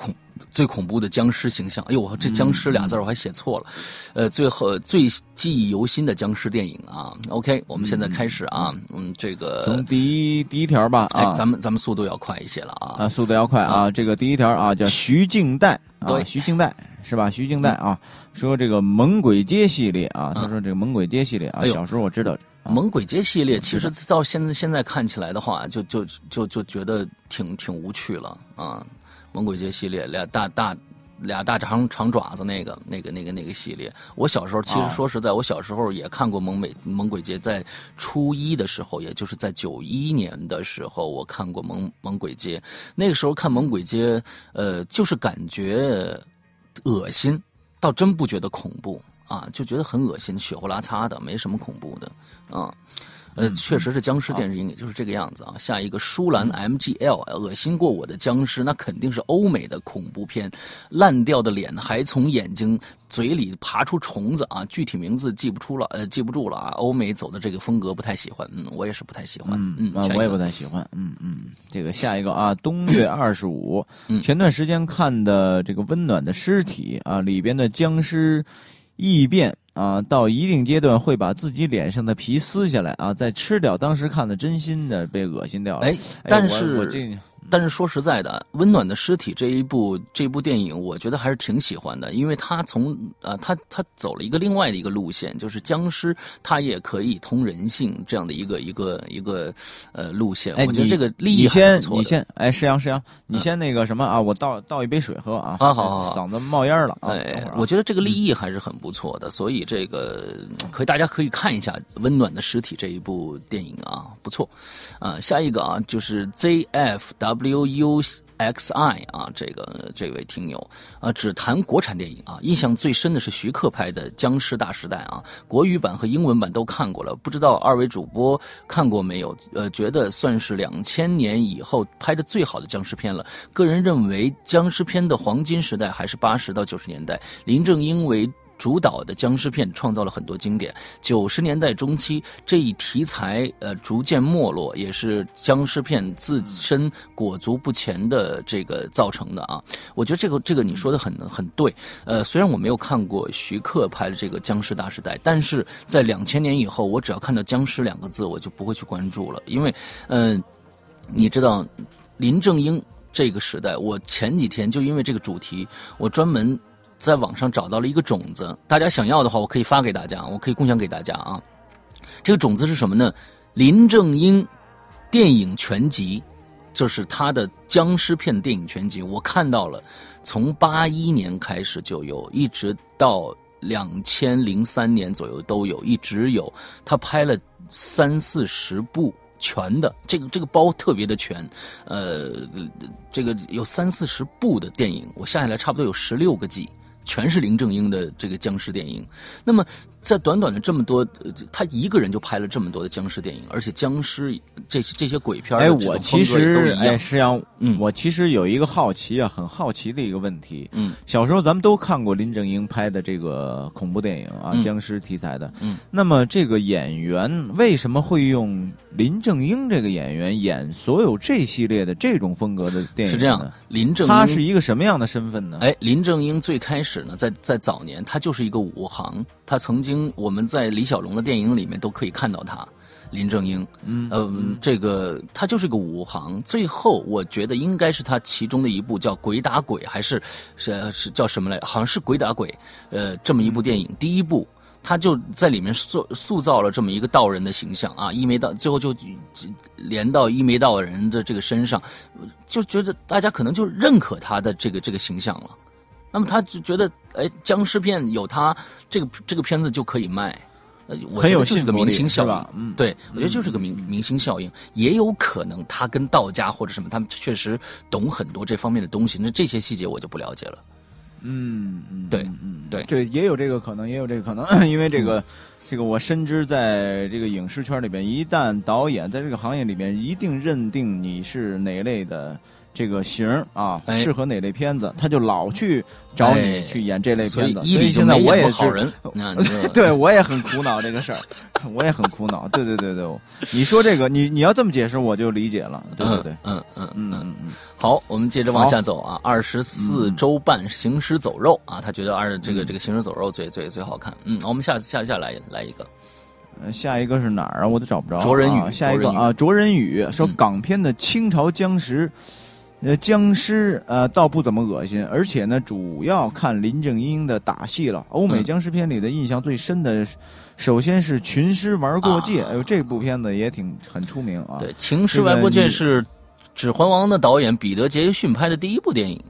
最恐怖的僵尸形象。哎呦，这僵尸俩字我还写错了。最后最记忆犹新的僵尸电影啊。OK， 我们现在开始啊。这个从第一条吧啊， 咱们速度要快一些了啊。 速度要快啊。这个第一条啊叫徐静岱啊， 对， 徐静岱是吧？徐静岱啊，说这个猛鬼街系列啊，他说这个猛鬼街系列啊，小时候我知道。 猛鬼街系列其实到现在看起来的话，就觉得挺无趣了啊。猛鬼街系列俩大长爪子那个系列，我小时候其实说实在，我小时候也看过猛鬼街，在初一的时候，也就是在91年的时候，我看过猛鬼街。那个时候看猛鬼街，就是感觉恶心，倒真不觉得恐怖。啊，就觉得很恶心，血呼啦擦的，没什么恐怖的啊。确实是僵尸电影，也就是这个样子啊。下一个舒兰 MGL， 恶心过我的僵尸，那肯定是欧美的恐怖片，烂掉的脸还从眼睛嘴里爬出虫子啊，具体名字记不住了啊。欧美走的这个风格不太喜欢，我也是不太喜欢， 我也不太喜欢，这个下一个啊，冬月25，前段时间看的这个温暖的尸体啊，里边的僵尸异变啊，到一定阶段会把自己脸上的皮撕下来啊，再吃掉。当时看的真心的被恶心掉了。 但是说实在的，《温暖的尸体》这部电影，我觉得还是挺喜欢的，因为他他走了一个另外的一个路线，就是僵尸他也可以通人性这样的一个路线。我觉得这个立意还不错的。 你先，石阳，你先那个什么啊，我倒一杯水喝啊。 好， 嗓子冒烟了啊。 我觉得这个立意还是很不错的，所以这个大家可以看一下《温暖的尸体》这一部电影啊，不错。下一个啊，就是 ZFWUXI 啊，这位听友啊，只谈国产电影啊，印象最深的是徐克拍的《僵尸大时代》啊，国语版和英文版都看过了，不知道二位主播看过没有？觉得算是2000年以后拍的最好的僵尸片了。个人认为，僵尸片的黄金时代还是80到90年代，林正英为主导的僵尸片创造了很多经典。90年代中期，这一题材逐渐没落，也是僵尸片自身裹足不前的这个造成的啊。我觉得这个你说的很对。虽然我没有看过徐克拍的这个《僵尸大时代》，但是在2000年以后，我只要看到僵尸2个字，我就不会去关注了，因为你知道林正英这个时代，我前几天就因为这个主题，我专门在网上找到了一个种子，大家想要的话，我可以发给大家，我可以共享给大家啊。这个种子是什么呢？林正英电影全集，就是他的僵尸片电影全集，我看到了，从81年开始就有，一直到2003年左右都有，一直有。他拍了30-40部。全的这个包特别的全，这个有30-40部的电影，我下下来差不多有16个季，全是林正英的这个僵尸电影。那么在短短的这么多，他一个人就拍了这么多的僵尸电影，而且僵尸这些鬼片的这种风格也都一样。 实际上，我其实有一个好奇啊，很好奇的一个问题。小时候咱们都看过林正英拍的这个恐怖电影啊，僵尸题材的。那么这个演员为什么会用林正英这个演员演所有这系列的这种风格的电影呢？ 是这样，林正英他是一个什么样的身份呢？ 林正英最开始呢，在早年他就是一个武行，他曾经我们在李小龙的电影里面都可以看到他。林正英，这个他就是个武行。最后我觉得应该是他其中的一部叫《鬼打鬼》，还是叫什么来？好像是《鬼打鬼》。这么一部电影，第一部他就在里面塑造了这么一个道人的形象啊，一眉道，最后就连到一眉道人的这个身上，就觉得大家可能就认可他的这个形象了。那么他就觉得，僵尸片有他这个片子就可以卖。我觉得就是个明星效应，对，我觉得就是个明星效应，也有可能他跟道家或者什么，他们确实懂很多这方面的东西，那这些细节我就不了解了。对， 这也有这个可能，因为这个我深知在这个影视圈里边，一旦导演在这个行业里边一定认定你是哪类的这个型啊，适合哪类片子，他就老去找你去演这类片子。 所以现在我也好人， 对我也很苦恼这个事儿，我也很苦恼。对，你说这个，你要这么解释，我就理解了。对， 好，我们接着往下走啊。24周半行尸走肉啊，他觉得这个行尸走肉最好看。我们下来一个。 下一个是哪儿啊？我都找不着。 卓人宇， 下一个啊，卓人宇说港片的清朝僵尸，倒不怎么恶心，而且呢，主要看林正英的打戏了。欧美僵尸片里的印象最深的，首先是《群尸玩过界》，哎呦，这部片子也很出名啊。 对，《群尸玩过界》是《指环王》的导演彼得·杰克逊拍的第一部电影。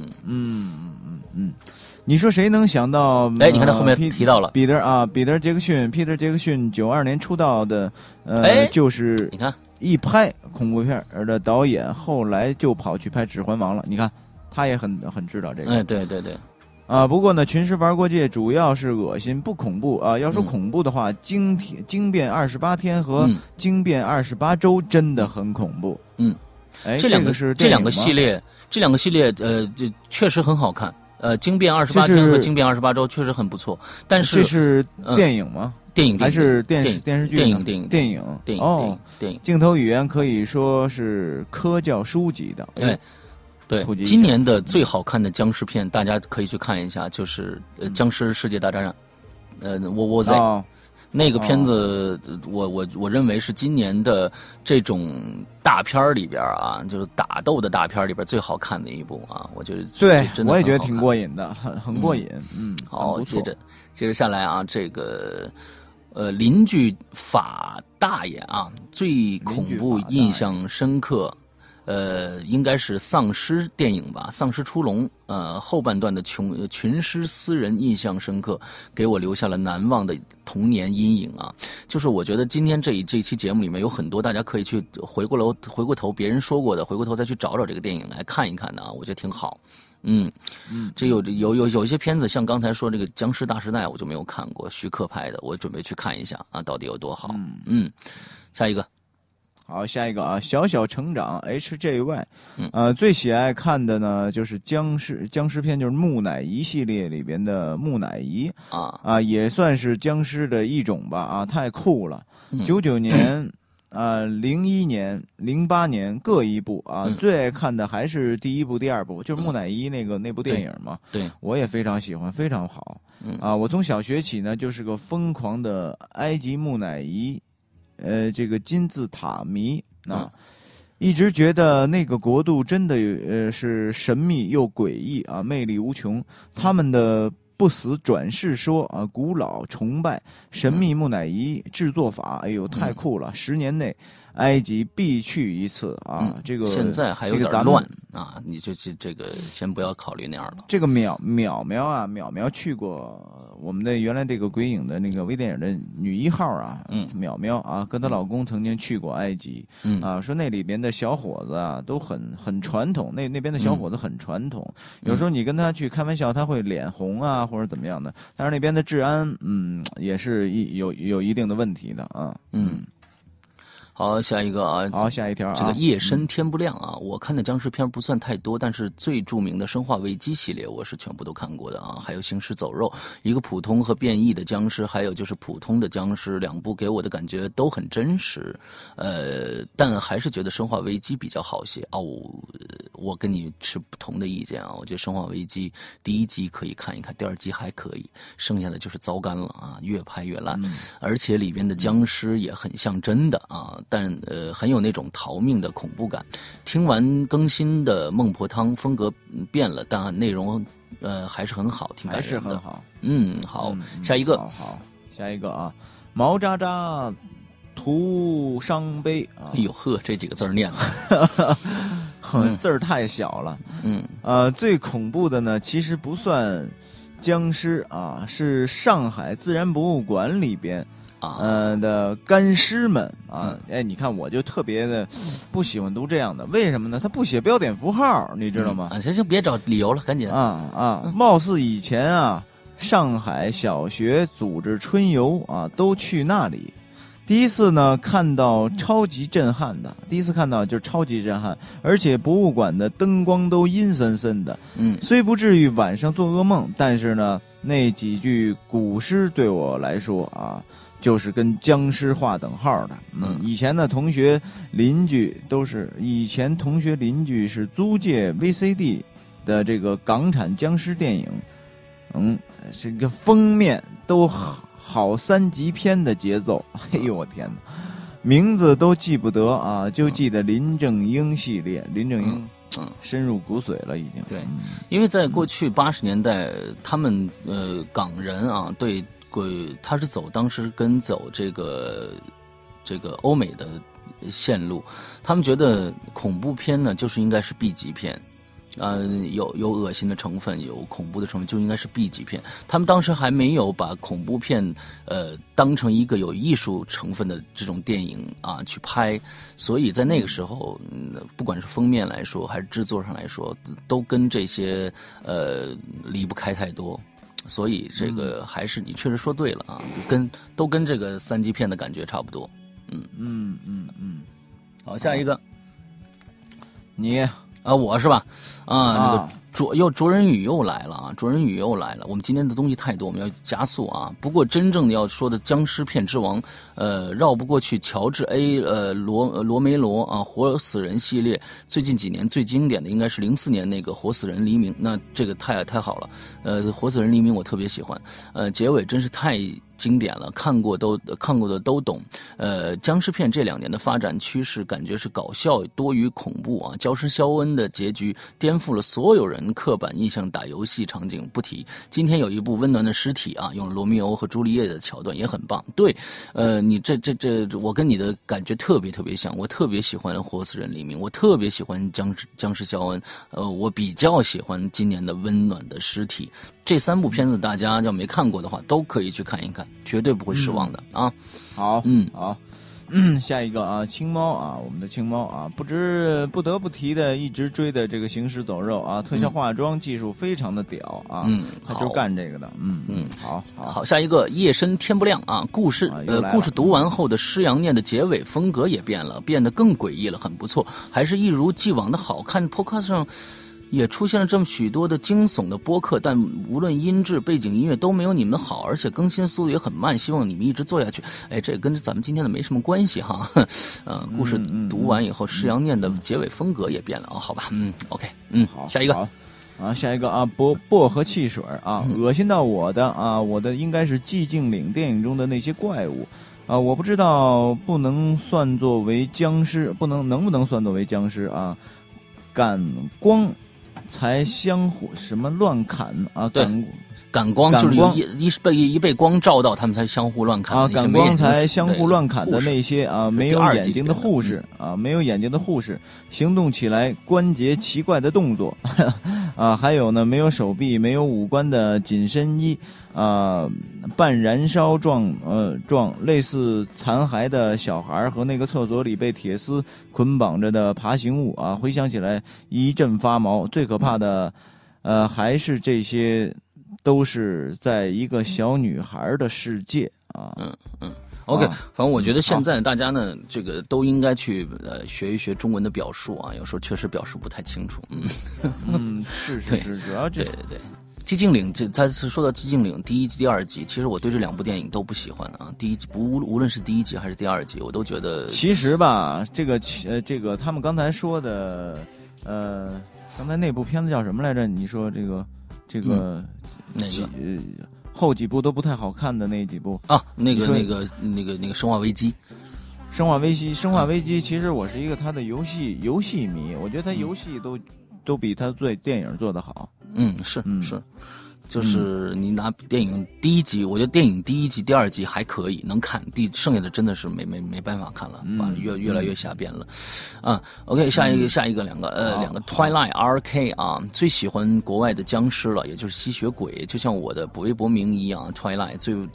你说谁能想到？ 你看他后面提到了彼得·杰克逊，92年出道的，就是你看一拍恐怖片的导演，后来就跑去拍《指环王》了。你看，他也很知道这个。 对。 不过呢，《群尸玩过界》主要是恶心，不恐怖啊。要说恐怖的话，惊变28天和惊变28周真的很恐怖。这两个系列，就确实很好看。惊变28天和惊变28周确实很不错，但是这是电影吗？ 电影还是电视剧？电影。镜头语言可以说是科教书级的。 对，今年的最好看的僵尸片，大家可以去看一下，就是僵尸世界大战，窝窝仔。那个片子，我认为是今年的这种大片里边啊，就是打斗的大片里边最好看的一部啊，我觉得对， 真的我也觉得挺过瘾的，很过瘾。 好，接着下来啊，这个邻居法大爷啊，最恐怖印象深刻。应该是丧尸电影吧，丧尸出笼。后半段的群尸私人印象深刻，给我留下了难忘的童年阴影啊。就是我觉得今天这期节目里面有很多大家可以去回过头别人说过的，回过头再去找这个电影来看一看的啊，我觉得挺好。这有一些片子，像刚才说这个《僵尸大时代》，我就没有看过，徐克拍的，我准备去看一下啊，到底有多好。下一个。 好，下一个啊，小成长 HJY，最喜爱看的呢就是僵尸片，就是木乃伊系列里边的木乃伊也算是僵尸的一种吧啊，太酷了。99年01年、08年各一部啊，最爱看的还是第一部、第二部，就是木乃伊那部电影嘛。 对， 我也非常喜欢，非常好。我从小学起呢就是个疯狂的埃及木乃伊。这个金字塔迷一直觉得那个国度真的是神秘又诡异啊，魅力无穷。他们的不死转世说啊，古老崇拜神秘木乃伊制作法，哎呦，太酷了！10年内埃及必去一次啊！这个现在还有点乱啊，你就是这个先不要考虑那样了。 这个淼淼去过我们的原来这个鬼影的那个微电影的女1号啊，淼淼啊，跟她老公曾经去过埃及，说那里边的小伙子啊都很传统，那边的小伙子很传统，有时候你跟他去开玩笑，他会脸红啊或者怎么样的，但是那边的治安也是有一定的问题的啊。 好，下一个啊， 好，下一条啊， 这个夜深天不亮啊，我看的僵尸片不算太多，但是最著名的《生化危机》系列我是全部都看过的啊，还有《行尸走肉》，一个普通和变异的僵尸，还有就是普通的僵尸，两部给我的感觉都很真实，但还是觉得《生化危机》比较好些啊。我跟你持不同的意见啊，我觉得《生化危机》第1集可以看一看，第2集还可以，剩下的就是糟干了啊，越拍越烂，而且里边的僵尸也很像真的啊。但很有那种逃命的恐怖感。听完更新的孟婆汤，风格变了，但内容还是很好，挺感人的， 还是很好。 好，下一个。 好，下一个啊，毛渣渣徒伤悲啊！ 哎呦呵，这几个字念的， 字儿太小了。最恐怖的呢，其实不算僵尸啊，是上海自然博物馆里边。的干尸们啊，你看我就特别的不喜欢读这样的，为什么呢？他不写标点符号，你知道吗？ 行，别找理由了，赶紧貌似以前啊，上海小学组织春游啊，都去那里。 第一次呢看到超级震撼的，第一次看到就是超级震撼，而且博物馆的灯光都阴森森的，虽不至于晚上做噩梦，但是呢那几句古诗对我来说啊，就是跟僵尸划等号的。以前的同学邻居是租借 VCD 的这个港产僵尸电影，这个封面都好3级片的节奏，哎呦我天哪，名字都记不得啊，就记得林正英系列，林正英深入骨髓了已经。 对，因为在过去80年代，他们港人啊，对，他是当时跟走这个欧美的线路，他们觉得恐怖片呢就是应该是 B 级片。有恶心的成分，有恐怖的成分，就应该是 B 级片。他们当时还没有把恐怖片当成一个有艺术成分的这种电影啊去拍，所以在那个时候，不管是封面来说还是制作上来说，都跟这些离不开太多。所以这个还是你确实说对了啊，都跟这个3级片的感觉差不多。好，下一个， 你。 我是吧？那个卓人宇又来了啊！卓人宇又来了。我们今天的东西太多，我们要加速啊。不过真正的要说的僵尸片之王，绕不过去乔治 A 罗梅罗啊，活死人系列。最近几年最经典的应该是04年那个活死人黎明，那这个太好了。活死人黎明我特别喜欢，结尾真是太经典了，看过的都懂。僵尸片这2年的发展趋势，感觉是搞笑多于恐怖啊。焦尸肖恩的结局颠覆了所有人刻板印象，打游戏场景不提。今天有一部温暖的尸体啊，用罗密欧和朱丽叶的桥段也很棒。对，你这我跟你的感觉特别像，我特别喜欢活死人黎明，我特别喜欢僵尸肖恩，我比较喜欢今年的温暖的尸体。这3部片子大家要没看过的话，都可以去看一看，绝对不会失望的啊。 好，好。下一个啊，青猫啊，我们的青猫啊，不得不提的，一直追的这个行尸走肉啊，特效化妆技术非常的屌啊，他就干这个的，好， 下一个夜深天不亮啊，故事读完后的施阳念的结尾风格也变得更诡异了，很不错，还是一如既往的好看。Podcast 上也出现了这么许多的惊悚的播客，但无论音质、背景音乐都没有你们好，而且更新速度也很慢。希望你们一直做下去。哎，这跟咱们今天的没什么关系哈。故事读完以后，施阳念的结尾风格也变了啊。好吧，OK， 好， 下一个。 下一个啊，薄荷汽水啊，恶心到我的应该是寂静岭电影中的那些怪物啊，我不知道不能算作为僵尸，能不能算作为僵尸啊？感光才相互什么乱砍啊？ 感光就是一被光照到，他们才相互乱砍啊！感光才相互乱砍的那些啊，没有眼睛的护士啊，没有眼睛的护士，行动起来关节奇怪的动作啊，还有呢，没有手臂、没有五官的紧身衣啊，半燃烧状类似残骸的小孩和那个厕所里被铁丝捆绑着的爬行物啊，回想起来一阵发毛。最可怕的还是这些都是在一个小女孩的世界啊。 OK，反正我觉得现在大家呢，这个都应该去学一学中文的表述啊，有时候确实表述不太清楚。 是，主要对。寂静岭，他是说到寂静岭第1集、第2集，其实我对这2部电影都不喜欢啊。第一集无论是第1集还是第2集，我都觉得其实吧，这个他们刚才说的，刚才那部片子叫什么来着？你说这个哪个？ 后几部都不太好看的那几部啊，那个生化危机。 生化危机，其实我是一个他的游戏迷，我觉得他游戏都比他电影做得好。 是，就是你拿电影第1集，我觉得电影第1集、第2集还可以能看，剩下的真的是没办法看了，越来越瞎编了。OK， 下一个两个 Twilight RK 啊，最喜欢国外的僵尸了，也就是吸血鬼，就像我的微博名一样 ，Twilight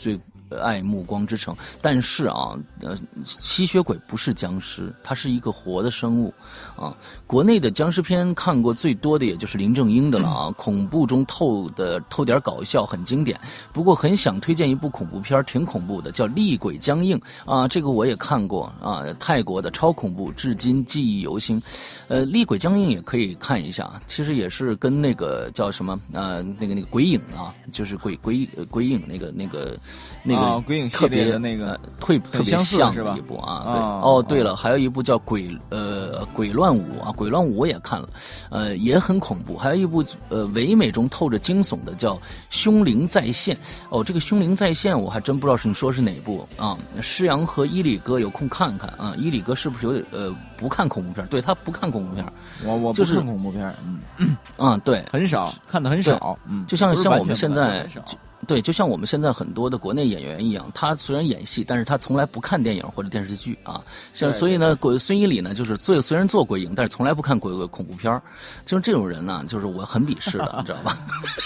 爱暮光之城。但是啊，吸血鬼不是僵尸，它是一个活的生物啊。国内的僵尸片看过最多的也就是林正英的了啊，恐怖中透点搞笑，很经典。不过很想推荐一部恐怖片，挺恐怖的，叫《厉鬼僵硬》啊，这个我也看过啊，泰国的超恐怖，至今记忆犹新。厉鬼僵硬也可以看一下，其实也是跟那个叫什么那个鬼影啊，就是鬼影那个鬼影系列的那个特别像的一部啊。对哦，对了，还有一部叫鬼乱舞啊，鬼乱舞我也看了，也很恐怖。还有一部唯美中透着惊悚的叫凶灵再现。哦，这个凶灵再现我还真不知道是你说是哪部啊？施洋和伊里哥有空看看啊。伊里哥是不是有不看恐怖片？对，他不看恐怖片。 我不看恐怖片， 对， 很少看的很少， 就像我们现在。对，就像我们现在很多的国内演员一样，他虽然演戏，但是他从来不看电影或者电视剧啊。所以呢，孙一礼呢，就是虽然做鬼影，但是从来不看恐怖片。就是这种人呢，就是我很鄙视的，你知道吧？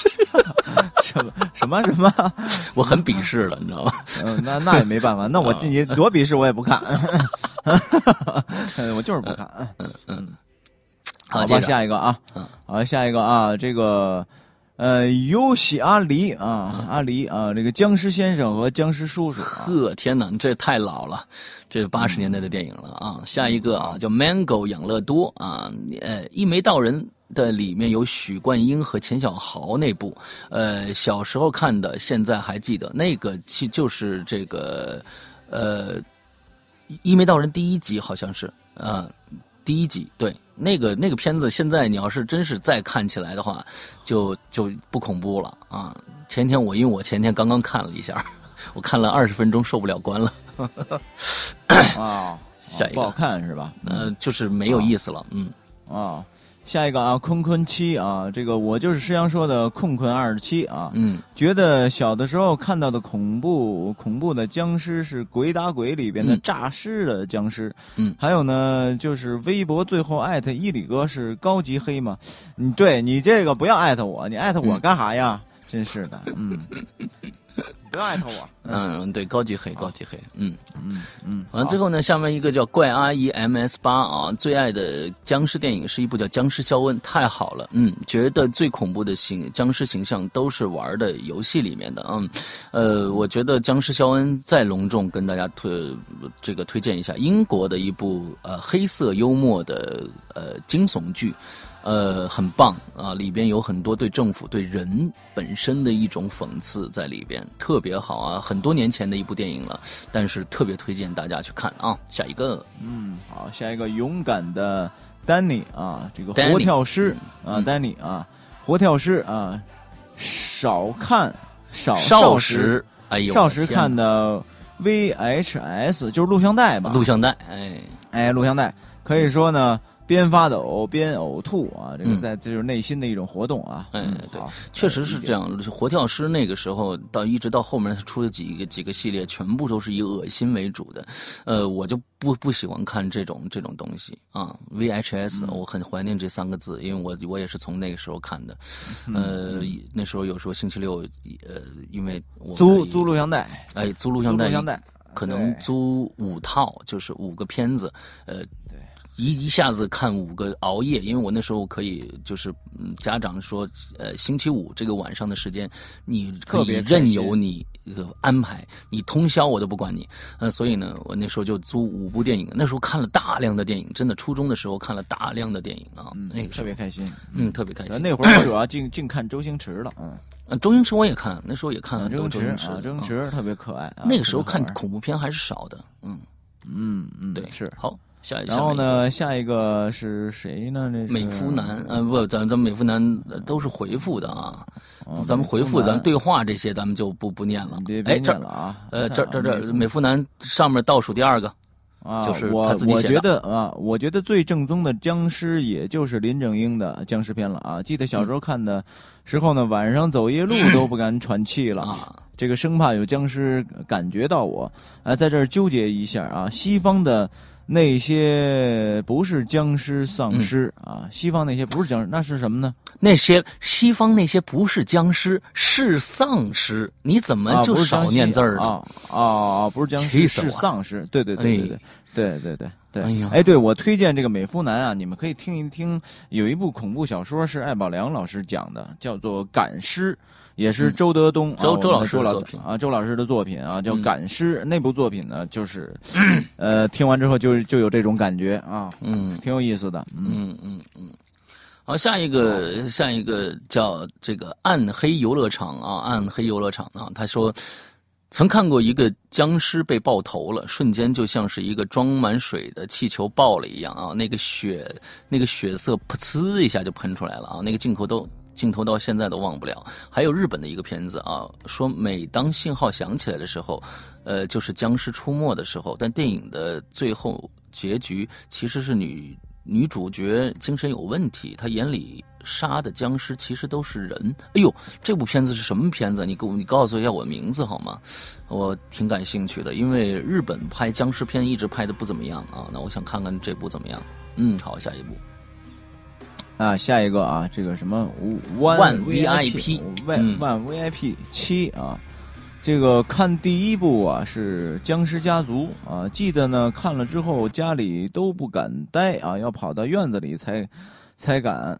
什么？ 我很鄙视的，你知道吧？ 那也没办法，那你多鄙视我也不看，我就是不看。好吧，下一个啊，好，下一个啊，这个。尤喜阿离啊，阿离啊，这个僵尸先生和僵尸叔叔。 呵，天哪，这太老了，这是80年代的电影了啊。下一个啊，叫 Mango 养乐多啊，一眉道人的里面有许冠英和钱小豪那部，小时候看的，现在还记得，那个就是这个一眉道人第1集好像是第1集，对，那个片子，现在你要是真是再看起来的话，就不恐怖了啊！因为我前天刚刚看了一下，我看了20分钟，受不了关了。下一个不好看是吧？ 就是没有意思了， 下一个啊，坤7啊，这个我就是施洋说的坤27啊，觉得小的时候看到的恐怖的僵尸是《鬼打鬼》里边的诈尸的僵尸，还有呢就是微博最后艾特伊里哥是高级黑嘛，对你这个不要艾特我，你艾特我干啥呀？真是的，不要艾特我。 对，高级黑，完了最后呢，下面一个叫怪阿姨 MS8啊，最爱的僵尸电影是一部叫《僵尸肖恩》，太好了，觉得最恐怖的僵尸形象都是玩的游戏里面的，我觉得《僵尸肖恩》再隆重跟大家推荐一下英国的一部黑色幽默的惊悚剧。很棒啊！里边有很多对政府、对人本身的一种讽刺在里边，特别好啊！很多年前的一部电影了，但是特别推荐大家去看啊！下一个， 好，下一个勇敢的丹尼啊，这个活跳尸啊，丹尼啊，活跳尸啊，少时， 哎呦， 少时看的 VHS 就是录像带吧？ 录像带， 录像带，可以说呢。边发抖边呕吐啊，这个就是内心的一种活动啊。 对，确实是这样。活跳尸那个时候一直到后面他出的几个系列，全部都是以恶心为主的。我就不喜欢看这种东西啊。VHS，我很怀念这3个字，因为我也是从那个时候看的。那时候有时候星期六，因为我租录像带， 租录像带，可能租5套，就是5个片子，一下子看5个熬夜，因为我那时候可以就是家长说星期5这个晚上的时间你可以任由你安排，你通宵我都不管你，所以呢我那时候就租5部电影，那时候看了大量的电影，真的初中的时候看了大量的电影啊，那个特别开心， 特别开心。 那会儿我主要净看周星驰了， 周星驰我也看，那时候也看很多周星驰，周星驰特别可爱啊。 那个时候看恐怖片还是少的，对， 是好。 然后呢，下一个是谁呢？这是美肤男，咱们美肤男都是回复的啊，咱们回复咱对话这些咱们就不念了。 别念了啊！ 这美肤男上面倒数第2个啊， 就是他自己写的。我觉得最正宗的僵尸也就是林正英的僵尸片了啊！记得小时候看的时候呢，晚上走夜路都不敢喘气了啊。这个生怕有僵尸感觉到我，在这儿纠结一下啊。西方的那些不是僵尸丧尸啊，西方那些不是僵尸，那是什么呢？ 那些西方那些不是僵尸，是丧尸。你怎么就少念字儿呢？ 不是僵尸，是丧尸。对。对，我推荐这个美肤男啊，你们可以听一听，有一部恐怖小说是艾宝良老师讲的，叫做《赶尸》。也是周德东、 周老师的作品啊，周老师的作品啊，叫《赶尸》。那部作品呢，就是听完之后就有这种感觉啊，挺有意思的。 好，下一个叫这个暗黑游乐场啊，暗黑游乐场啊，他说曾看过一个僵尸被爆头了，瞬间就像是一个装满水的气球爆了一样啊，那个血色噗呲一下就喷出来了啊，那个镜头到现在都忘不了。还有日本的一个片子啊，说每当信号响起来的时候，就是僵尸出没的时候，但电影的最后结局其实是女主角精神有问题，她眼里杀的僵尸其实都是人。哎呦，这部片子是什么片子？你告诉一下我名字好吗？我挺感兴趣的，因为日本拍僵尸片一直拍的不怎么样啊，那我想看看这部怎么样。好，下一部。 下一个啊，这个什么万 VIP 万 VIP 7啊，这个看第一部啊是僵尸家族啊，记得呢看了之后家里都不敢待啊，要跑到院子里才敢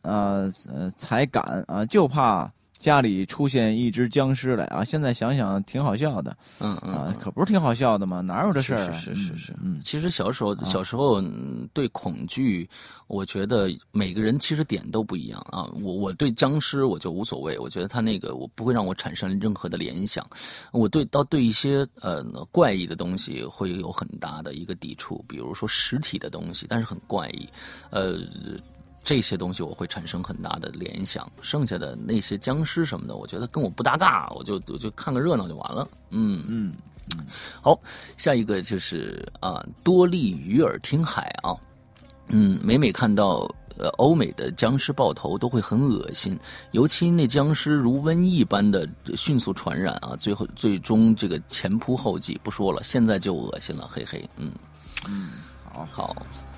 就怕家里出现一只僵尸来啊！现在想想挺好笑的，可不是挺好笑的吗？哪有这事儿啊？ 是。其实小时候对恐惧，我觉得每个人其实点都不一样啊。我对僵尸我就无所谓，我觉得他那个我不会让我产生任何的联想。我对一些怪异的东西会有很大的一个抵触，比如说实体的东西，但是很怪异，这些东西我会产生很大的联想，剩下的那些僵尸什么的，我觉得跟我不搭嘎，我就看个热闹就完了。好，下一个就是多利鱼饵听海啊，每看到欧美的僵尸爆头都会很恶心，尤其那僵尸如瘟疫般的迅速传染啊，最终这个前仆后继，不说了，现在就恶心了，嘿嘿。好。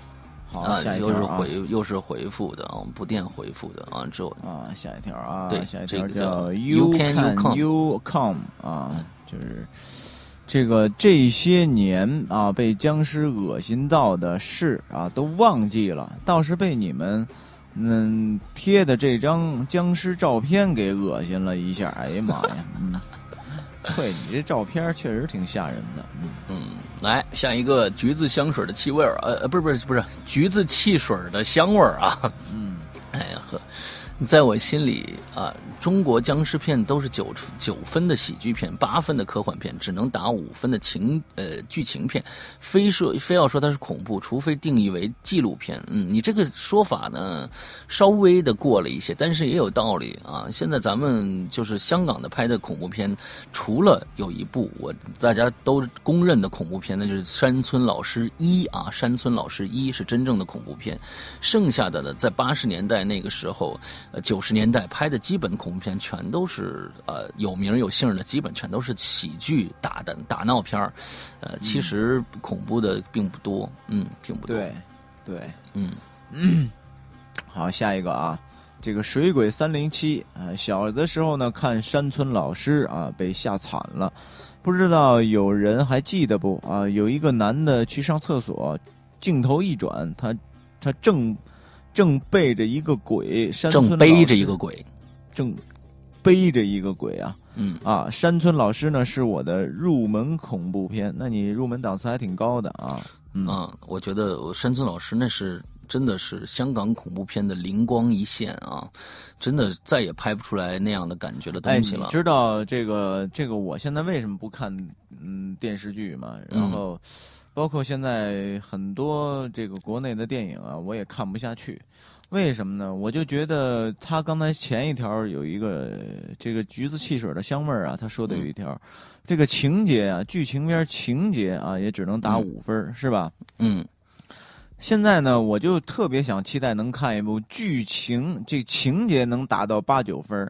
又是回复的啊，不电回复的啊，之后下一条啊， 对， 下一条叫 You Can You Come 啊，就是这些年啊，被僵尸恶心到的事啊，都忘记了，倒是被你们贴的这张僵尸照片给恶心了一下，哎呀妈呀，对，你这照片确实挺吓人的， 来下一个橘子香水的气味不是橘子汽水的香味啊，哎呀呵，在我心里啊，中国僵尸片都是9分的喜剧片，8分的科幻片，只能打5分的剧情片，非要说它是恐怖，除非定义为纪录片。你这个说法呢，稍微的过了一些，但是也有道理啊。现在咱们就是香港的拍的恐怖片，除了有一部大家都公认的恐怖片，那就是《山村老师1》啊，《山村老师1》是真正的恐怖片，剩下的呢，在80年代那个时候，90年代拍的基本恐怖片全都是有名有姓的，基本全都是喜剧打闹片其实恐怖的并不多，并不多。 对，好，下一个啊，这个水鬼307小的时候呢看山村老师啊被吓惨了，不知道有人还记得不啊？有一个男的去上厕所，镜头一转，他正背着一个鬼， 正背着一个鬼啊！山村老师呢是我的入门恐怖片，那你入门档次还挺高的啊。 我觉得山村老师那是真的是香港恐怖片的灵光一现啊，真的再也拍不出来那样的感觉的东西了。 你知道这个我现在为什么不看电视剧吗？然后包括现在很多这个国内的电影啊，我也看不下去。为什么呢？我就觉得他刚才前一条有一个这个橘子汽水的香味啊，他说的有一条，这个情节啊，剧情边情节啊，也只能打5分，是吧？现在呢，我就特别想期待能看一部剧情，这情节能达到8、9分，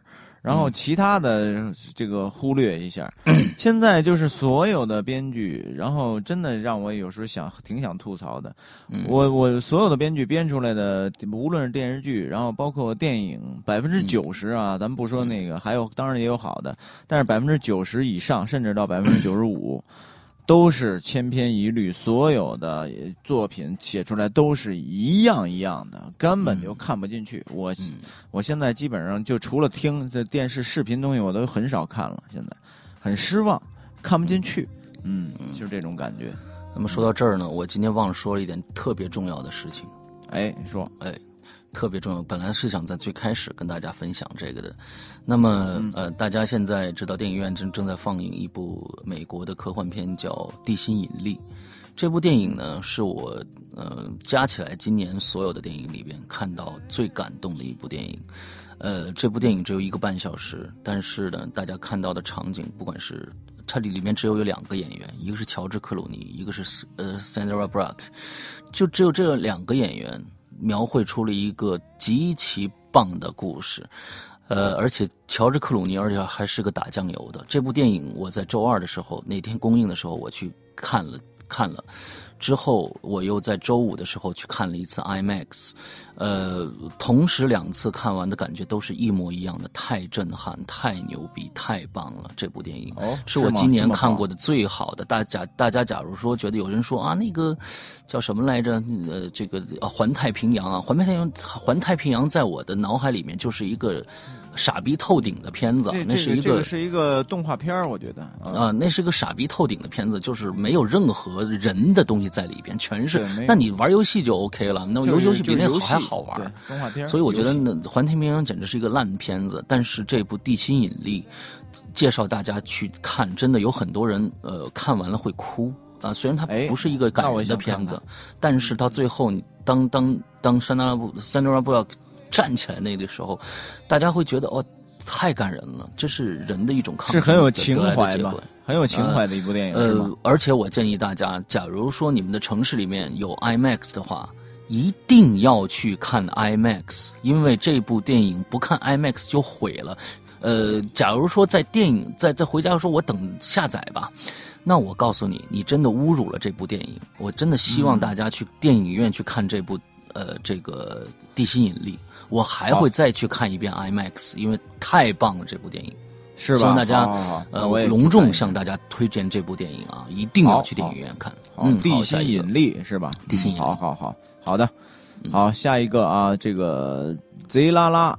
然后其他的这个忽略一下。现在就是所有的编剧，然后真的让我有时候挺想吐槽的。我所有的编剧编出来的，无论是电视剧，然后包括电影，90%啊，咱们不说那个，还有当然也有好的，但是90%以上，甚至到95%。都是千篇一律，所有的作品写出来都是一样一样的，根本就看不进去。我现在基本上就除了听这电视视频东西，我都很少看了。现在很失望，看不进去。就是这种感觉。 那么说到这儿呢，我今天忘了说了一点特别重要的事情。 说， 特别重要，本来是想在最开始跟大家分享这个的。那么大家现在知道电影院正在放映一部美国的科幻片叫《地心引力》。这部电影呢是我加起来今年所有的电影里边看到最感动的一部电影。这部电影只有1个半小时，但是呢大家看到的场景，不管是它里面只有2个演员，一个是乔治克鲁尼，一个是Sandra Bullock， 就只有这2个演员描绘出了一个极其棒的故事，而且乔治克鲁尼，而且还是个打酱油的。这部电影我在周2的时候，那天公映的时候我去看了，之后我又在周5的时候去看了一次 IMAX， 同时2次看完的感觉都是一模一样的，太震撼，太牛逼，太棒了！这部电影是我今年看过的最好的。大家假如说觉得有人说啊，那个叫什么来着？这个环太平洋啊，环太平洋在我的脑海里面就是一个傻逼透顶的片子，那是一个动画片，我觉得那是个傻逼透顶的片子，就是没有任何人的东西在里边，全是。那你玩游戏就 OK 了，那游戏比那还好玩。 动画片， 所以我觉得呢，《环太平洋》简直是一个烂片子。但是这部《地心引力》，介绍大家去看，真的有很多人看完了会哭啊。虽然它不是一个感人的片子，但是到最后，当山德拉布要站起来那个时候，大家会觉得太感人了，这是人的一种抗争， 是很有情怀嘛，很有情怀的一部电影，是吗？ 而且我建议大家，假如说你们的城市里面有 IMAX 的话，一定要去看 IMAX， 因为这部电影不看 IMAX 就毁了。假如说在电影在回家说我等下载吧，那我告诉你，你真的侮辱了这部电影。我真的希望大家去电影院去看这部这个地心引力。我还会再去看一遍 IMAX， 因为太棒了这部电影， 是吧？ 希望大家隆重向大家推荐这部电影啊，一定要去电影院看。 地心引力是吧？ 地心引力， 好的，好，下一个啊，这个贼拉拉，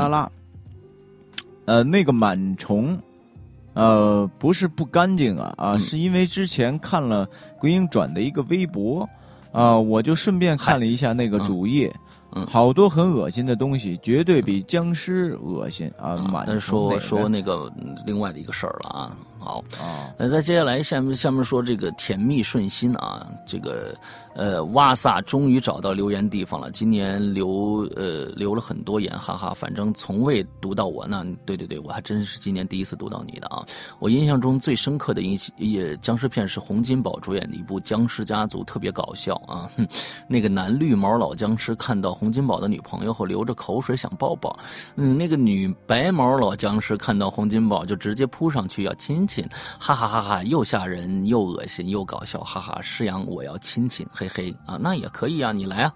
那个螨虫，不是不干净啊，是因为之前看了鬼影转的一个微博，我就顺便看了一下那个主页。好多很恶心的东西，绝对比僵尸恶心啊！ 但是说那个另外的一个事儿了啊。好，那再接下来下面说这个甜蜜顺心啊，这个哇萨终于找到留言地方了，今年留了很多言，哈哈，反正从未读到我呢。对，我还真是今年第一次读到你的啊。我印象中最深刻的僵尸片是洪金宝主演的一部《僵尸家族》，特别搞笑啊。那个男绿毛老僵尸看到洪金宝的女朋友后流着口水想抱抱，那个女白毛老僵尸看到洪金宝就直接扑上去要亲亲，哈哈哈哈，又吓人又恶心又搞笑，哈哈，师阳我要亲亲，嘿嘿啊，那也可以啊，你来啊。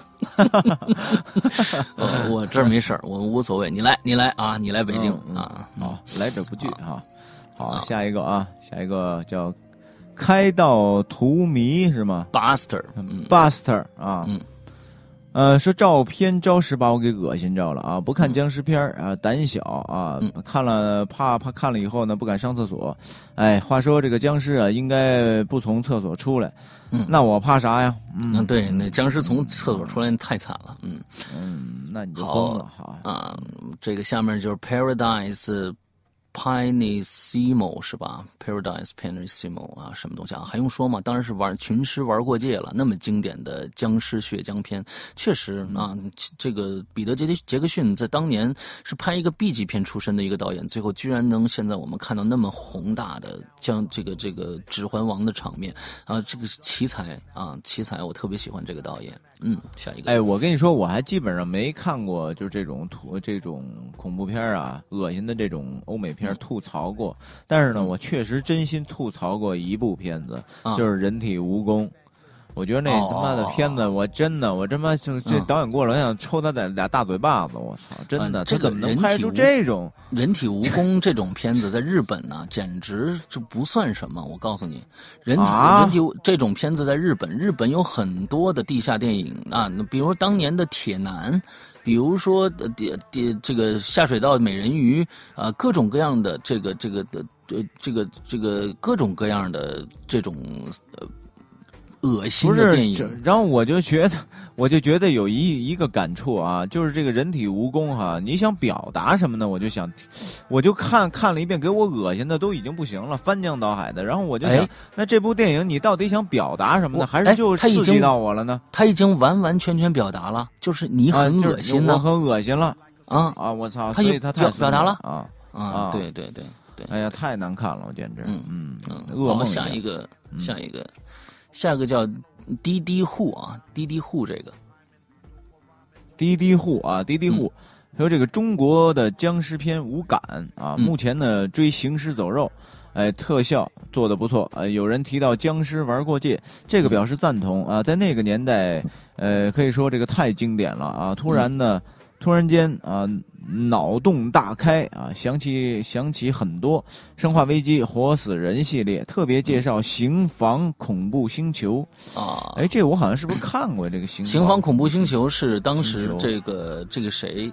我这儿没事儿，我无所谓，你来啊，你来北京啊。 好，来者不拒啊。好，下一个叫开道荼蘼是吗 ？Buster 啊。说照片着实把我给恶心着了啊！不看僵尸片啊，胆小啊，看了怕看了以后呢，不敢上厕所。话说这个僵尸啊，应该不从厕所出来，那我怕啥呀？ 对，那僵尸从厕所出来太惨了， 那你就疯了哈啊！这个下面就是 Paradise Pianissimo 是吧 ？Paradise Pianissimo 啊，什么东西啊？还用说吗？当然是群尸玩过界了。那么经典的僵尸血浆片，确实啊，这个彼得杰克逊在当年是拍一个 B 级片出身的一个导演，最后居然能现在我们看到那么宏大的像这个指环王的场面啊，这个奇才，我特别喜欢这个导演。下一个。 我跟你说，我还基本上没看过就这种恐怖片啊、恶心的这种欧美片吐槽过，但是呢，我确实真心吐槽过一部片子，就是《人体蜈蚣》。我觉得那他妈的片子，我真的，我他妈就这导演过来，我想抽他的俩大嘴巴子，我操，真的， 这个怎么能拍出这种人体蜈蚣这种片子，在日本呢，简直就不算什么。我告诉你，人体这种片子在日本有很多的地下电影啊，比如当年的铁男。比如说，这个下水道美人鱼啊，各种各样的这个各种各样的这种恶心的电影。 然后我就觉得有一个感触啊，就是这个人体蜈蚣哈，你想表达什么呢？我就看了一遍，给我恶心的都已经不行了，翻江倒海的。然后我就想，那这部电影你到底想表达什么呢？还是就刺激到我了呢？ 他已经完完全全表达了，就是你很恶心呢， 我很恶心了我操！所以他太表达了对。哎呀，太难看了，我简直噩梦。 下一个叫滴滴户啊，滴滴户这个滴滴户啊，滴滴户，还有这个中国的僵尸片无感啊，目前呢追行尸走肉，特效做得不错有人提到僵尸玩过界，这个表示赞同啊，在那个年代可以说这个太经典了啊，突然间啊脑洞大开啊，想起很多生化危机、活死人系列，特别介绍刑房恐怖星球啊，这我好像是不是看过这个刑房恐怖星球是当时这个谁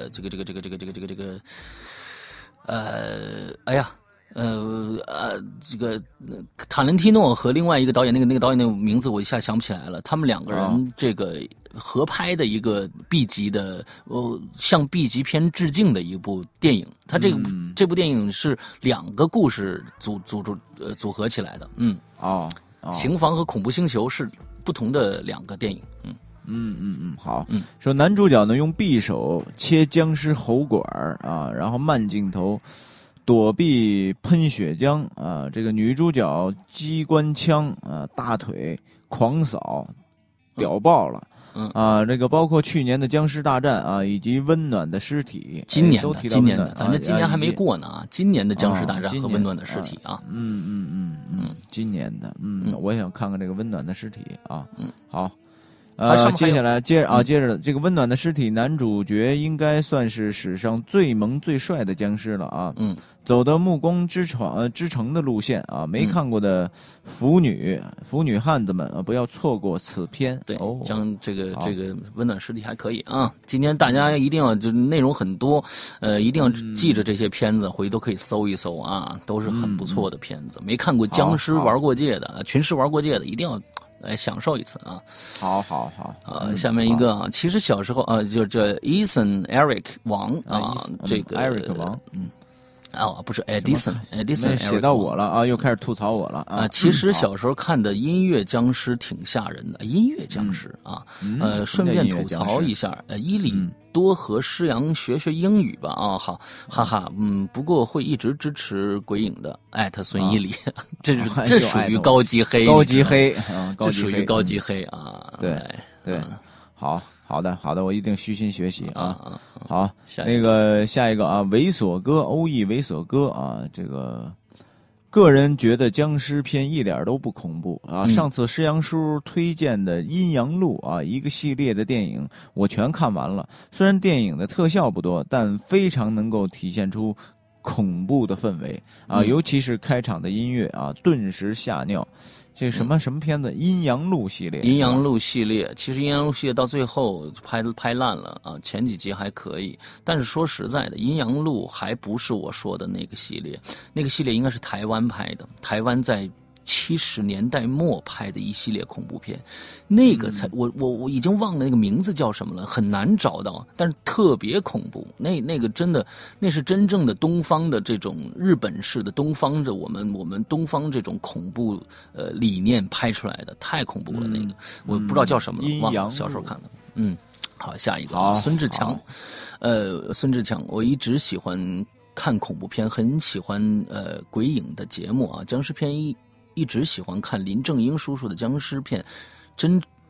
这个塔伦蒂诺和另外一个导演，那个导演那个名字我一下想不起来了，他们两个人这个合拍的一个 B 级的向 B 级片致敬的一部电影。它这部电影是两个故事组合起来的。刑房和恐怖星球是不同的两个电影。 好。说男主角呢用匕首切僵尸喉管啊，然后慢镜头躲避喷血浆啊，这个女主角机关枪啊，大腿狂扫，屌爆了。这个包括去年的僵尸大战啊，以及温暖的尸体， 今年的，咱这今年还没过呢啊，今年的僵尸大战和温暖的尸体啊， 今年的，我也想看看这个温暖的尸体啊，好。接下来接着这个温暖的尸体，男主角应该算是史上最萌最帅的僵尸了啊。走的暮光之城的路线啊，没看过的腐女汉子们不要错过此片。 对，像这个温暖尸体还可以啊。今天大家一定要就内容很多，一定要记着这些片子，回头可以搜一搜啊，都是很不错的片子。没看过僵尸玩过界的，群尸玩过界的，一定要来享受一次啊！ 好下面一个啊，其实小时候就这 Ethan Eric 王啊，这个 Eric 王， 不是 Edison 写到我了啊，又开始吐槽我了啊！ 其实小时候看的音乐僵尸挺吓人的，音乐僵尸啊，顺便吐槽一下，伊里多和施洋学英语吧啊，好，哈哈，不过会一直支持鬼影的，孙伊里，这属于高级黑，这属于高级黑啊， 对，好的，我一定虚心学习啊。好，那个下一个啊，猥琐哥，欧裔猥琐哥啊，这个个人觉得僵尸片一点都不恐怖啊。上次施洋叔推荐的《阴阳路》啊，一个系列的电影，我全看完了。虽然电影的特效不多，但非常能够体现出恐怖的氛围啊，尤其是开场的音乐啊，顿时吓尿。这什么片子？阴阳路系列。 阴阳路系列，其实阴阳路系列到最后拍烂了啊，前几集还可以，但是说实在的，阴阳路还不是我说的那个系列，那个系列应该是台湾拍的，台湾在70年代末拍的一系列恐怖片，那个才我已经忘了那个名字叫什么了，很难找到，但是特别恐怖。那个真的，那是真正的东方的这种日本式的东方的我们东方这种恐怖理念拍出来的，太恐怖了。那个我不知道叫什么了，忘了小时候看的。好，下一个孙志强，孙志强，我一直喜欢看恐怖片，很喜欢鬼影的节目啊，僵尸片一直喜欢看林正英叔叔的僵尸片，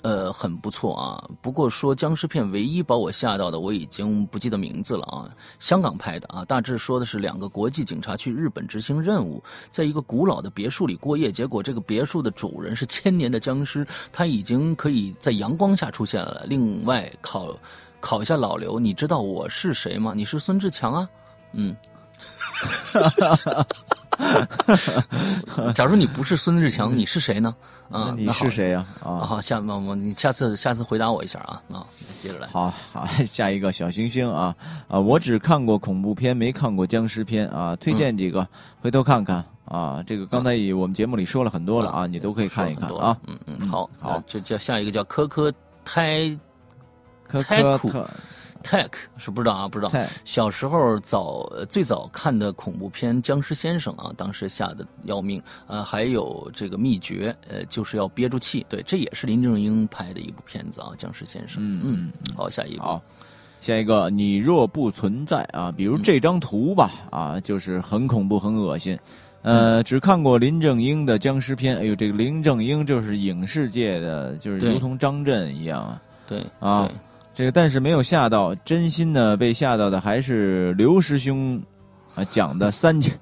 很不错啊。不过说僵尸片唯一把我吓到的，我已经不记得名字了啊。香港拍的啊，大致说的是2个国际警察去日本执行任务，在一个古老的别墅里过夜，结果这个别墅的主人是1000年的僵尸，他已经可以在阳光下出现了。另外考一下老刘，你知道我是谁吗？你是孙志强啊。假如你不是孙志强，你是谁呢？啊， 你是谁呀？ 好，你下次回答我一下啊。接着来。 好，下一个小星星啊，我只看过恐怖片，没看过僵尸片啊，推荐几个，回头看看啊。这个刚才我们节目里说了很多了啊，你都可以看一看啊。 好，就叫下一个叫科科泰库。Tech 是不知道啊，不知道。小时候最早看的恐怖片《僵尸先生》啊，当时吓得要命。还有这个秘诀，就是要憋住气。对，这也是林正英拍的一部片子啊，《僵尸先生》。好，下一个。 好，下一个，你若不存在啊，比如这张图吧，啊，就是很恐怖，很恶心。只看过林正英的僵尸片，哎呦，这个林正英就是影视界的，就是如同张震一样啊。 对啊。 对这个但是没有吓到，真心呢被吓到的还是刘师兄讲的3减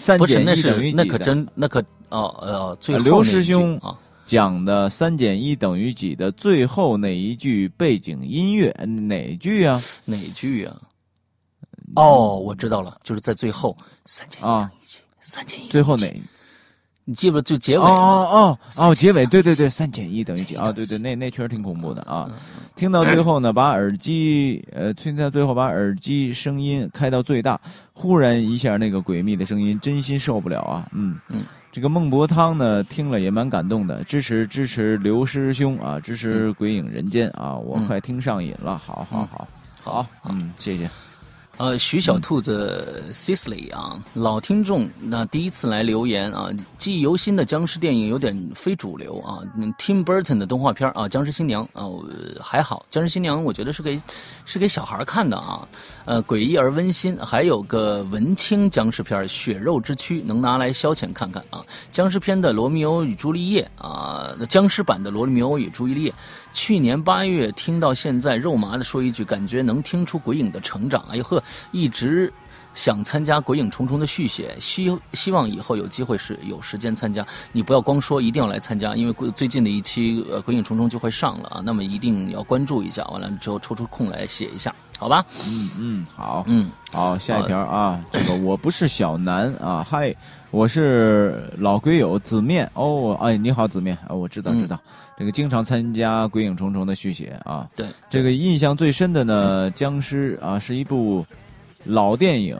1等于几的。 那可真最后刘师兄讲的3减1等于几的最后那一句背景音乐哪句啊？ 哪句啊？哦，我知道了，就是在最后3减1等于几？3减1 最后哪？ 你记不？就结尾结尾对3减1等于几啊？对，那确实挺恐怖的啊。听到最后呢，把耳机声音开到最大，忽然一下那个诡秘的声音，真心受不了啊。这个孟婆汤呢，听了也蛮感动的，支持刘师兄啊，支持鬼影人间啊，我快听上瘾了。好，谢谢。 徐小兔子 Cicely 啊，老听众，那第一次来留言啊，记忆犹新的僵尸电影有点非主流啊，Tim Burton 的动画片啊，僵尸新娘啊，还好，僵尸新娘我觉得是给小孩看的啊，诡异而温馨，还有个文青僵尸片血肉之躯，能拿来消遣看看啊，僵尸片的罗密欧与朱丽叶啊，僵尸版的罗密欧与朱丽叶，去年8月听到现在，肉麻的说一句，感觉能听出鬼影的成长，哎呦呵。一直想参加《鬼影重重》的续写，希望以后有机会有时间参加。你不要光说，一定要来参加，因为最近的一期《鬼影重重》就会上了啊，那么一定要关注一下。完了之后抽出空来写一下，好吧？ 好，下一条啊，这个我不是小南啊，嗨，我是老鬼友子面哦，哎，你好子面啊，我知道，这个经常参加《鬼影重重》的续写啊， 对， 这个印象最深的呢，僵尸啊是一部。老电影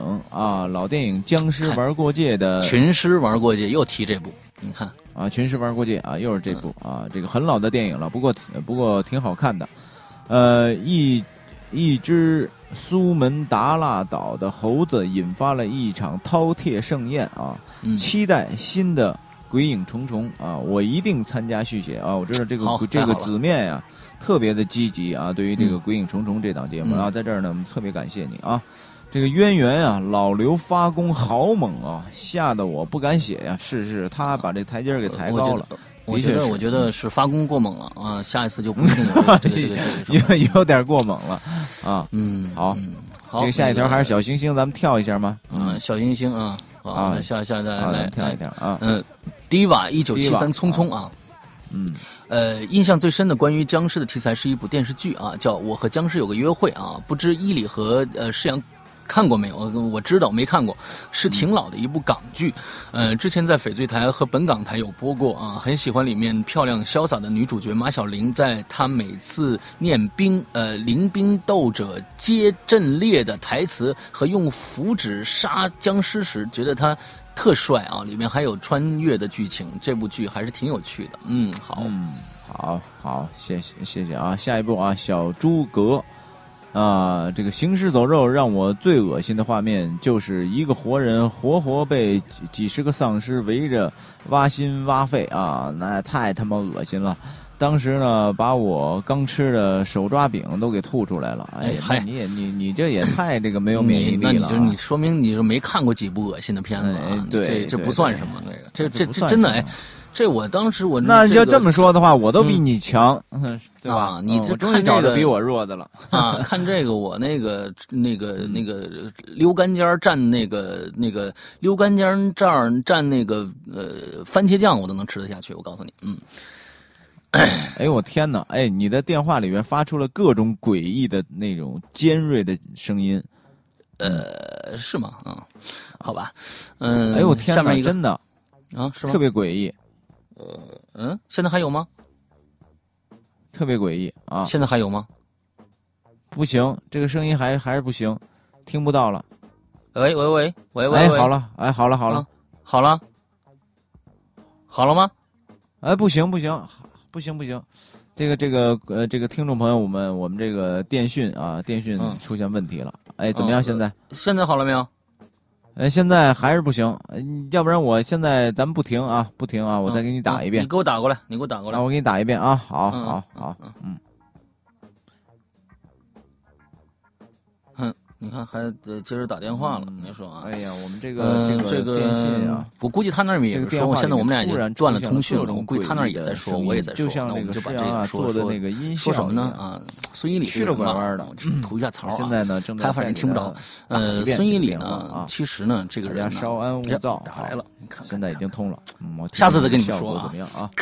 《僵尸玩过界》的群尸玩过界，又提这部，你看啊，群尸玩过界啊，又是这部啊，这个很老的电影了，不过挺好看的。一只苏门答腊岛的猴子引发了一场饕餮盛宴啊，期待新的鬼影重重啊，我一定参加续写啊，我知道这个子面呀特别的积极啊，对于这个鬼影重重这档节目啊，在这儿呢我们特别感谢你啊。这个渊源啊，老刘发功好猛啊，吓得我不敢写呀。是，他把这台阶给抬高了。 我觉得是发功过猛了啊，下一次就不一定有这个有点过猛了啊。好，这个下一条还是小星星，咱们跳一下吗？ 小星星啊，好，下来跳一跳啊。 Diva 1973匆匆啊。印象最深的关于僵尸的题材是一部电视剧啊，叫《我和僵尸有个约会》啊，不知伊里和世阳看过没有？我知道没看过，是挺老的一部港剧。之前在翡翠台和本港台有播过啊，很喜欢里面漂亮潇洒的女主角马小玲，在她每次念临兵斗者皆阵列的台词和用符纸杀僵尸时，觉得她特帅啊！里面还有穿越的剧情，这部剧还是挺有趣的。好， 谢谢啊！下一部啊，小诸葛。这个行尸走肉让我最恶心的画面就是一个活人活被几十个丧尸围着挖心挖肺啊，那太他妈恶心了。当时呢，把我刚吃的手抓饼都给吐出来了。哎呀，你这也太这个没有免疫力了。 你说明你是没看过几部恶心的片子啊？ 对， 这不算什么。这真的哎。 这我当时那要这么说的话，我都比你强，对吧？ 啊，你这我终于找着比我弱的了啊！看这个，我那个溜干尖蘸溜干尖这儿蘸那个番茄酱，我都能吃得下去。我告诉你， 哎我天哪！哎，你的电话里面发出了各种诡异的那种尖锐的声音， 是吗？啊，好吧， 哎我天哪，真的啊，是吗？ 特别诡异。 现在还有吗？ 特别诡异啊！ 现在还有吗？ 不行，这个声音还是不行，听不到了。 喂， 哎，好了，哎，好了， 好了吗？ 哎，不行，这个听众朋友，我们这个电讯出现问题了。哎，怎么样？现在好了没有？ 现在还是不行，要不然我现在咱们不停啊，我再给你打一遍。 你给我打过来， 我给你打一遍啊，好， 你看还接着打电话了，你说啊？ 哎呀，我们这个电信啊， 我估计他那儿也是说，现在我们俩已经断了通讯了，我估计他那儿也在说，我也在说，那我们就把这个说什么呢？啊，孙一礼这个人吧，吐一下槽啊。 现在呢，正在他反正听不着。孙一礼呢，其实呢，这个人稍安勿躁， 打来了，你看， 现在已经通了。 下次再跟你们说怎么样啊？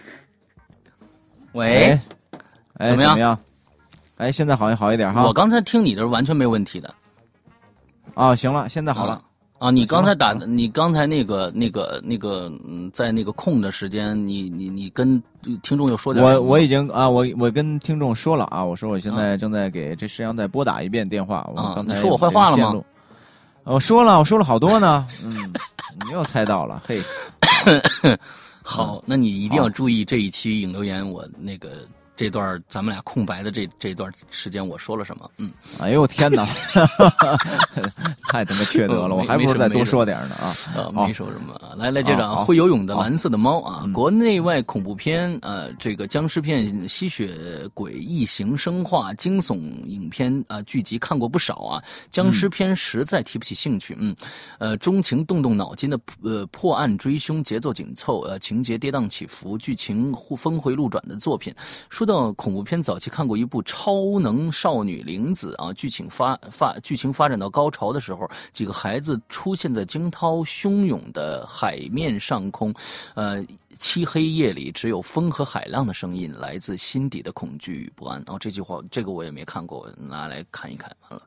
喂， 怎么样？哎，现在好像好一点哈。 我刚才听你的完全没问题的。 啊，行了，现在好了。 啊，你刚才你刚才那个，在那个空的时间，你跟听众又说点。 我已经啊，我跟听众说了啊，我说我现在正在给这石阳再拨打一遍电话。我刚才你说我坏话了吗？ 我说了好多呢。你又猜到了，嘿。 好，那你一定要注意这一期引留言，我那个。这段咱们俩空白的这段时间，我说了什么？ 哎呦天哪，太他妈缺德了！我还不如再多说点呢啊！ 没说什么。来接着啊，会游泳的蓝色的猫啊，国内外恐怖片这个僵尸片、吸血鬼、异形、生化、惊悚影片剧集看过不少啊。僵尸片实在提不起兴趣。钟情动脑筋的破案追凶，节奏紧凑，情节跌宕起伏，剧情峰回路转的作品。说到恐怖片，早期看过一部《超能少女玲子》啊，剧情发展到高潮的时候，几个孩子出现在惊涛汹涌的海面上空，漆黑夜里只有风和海浪的声音，来自心底的恐惧与不安。这句话这个我也没看过，拿来看一看。完了，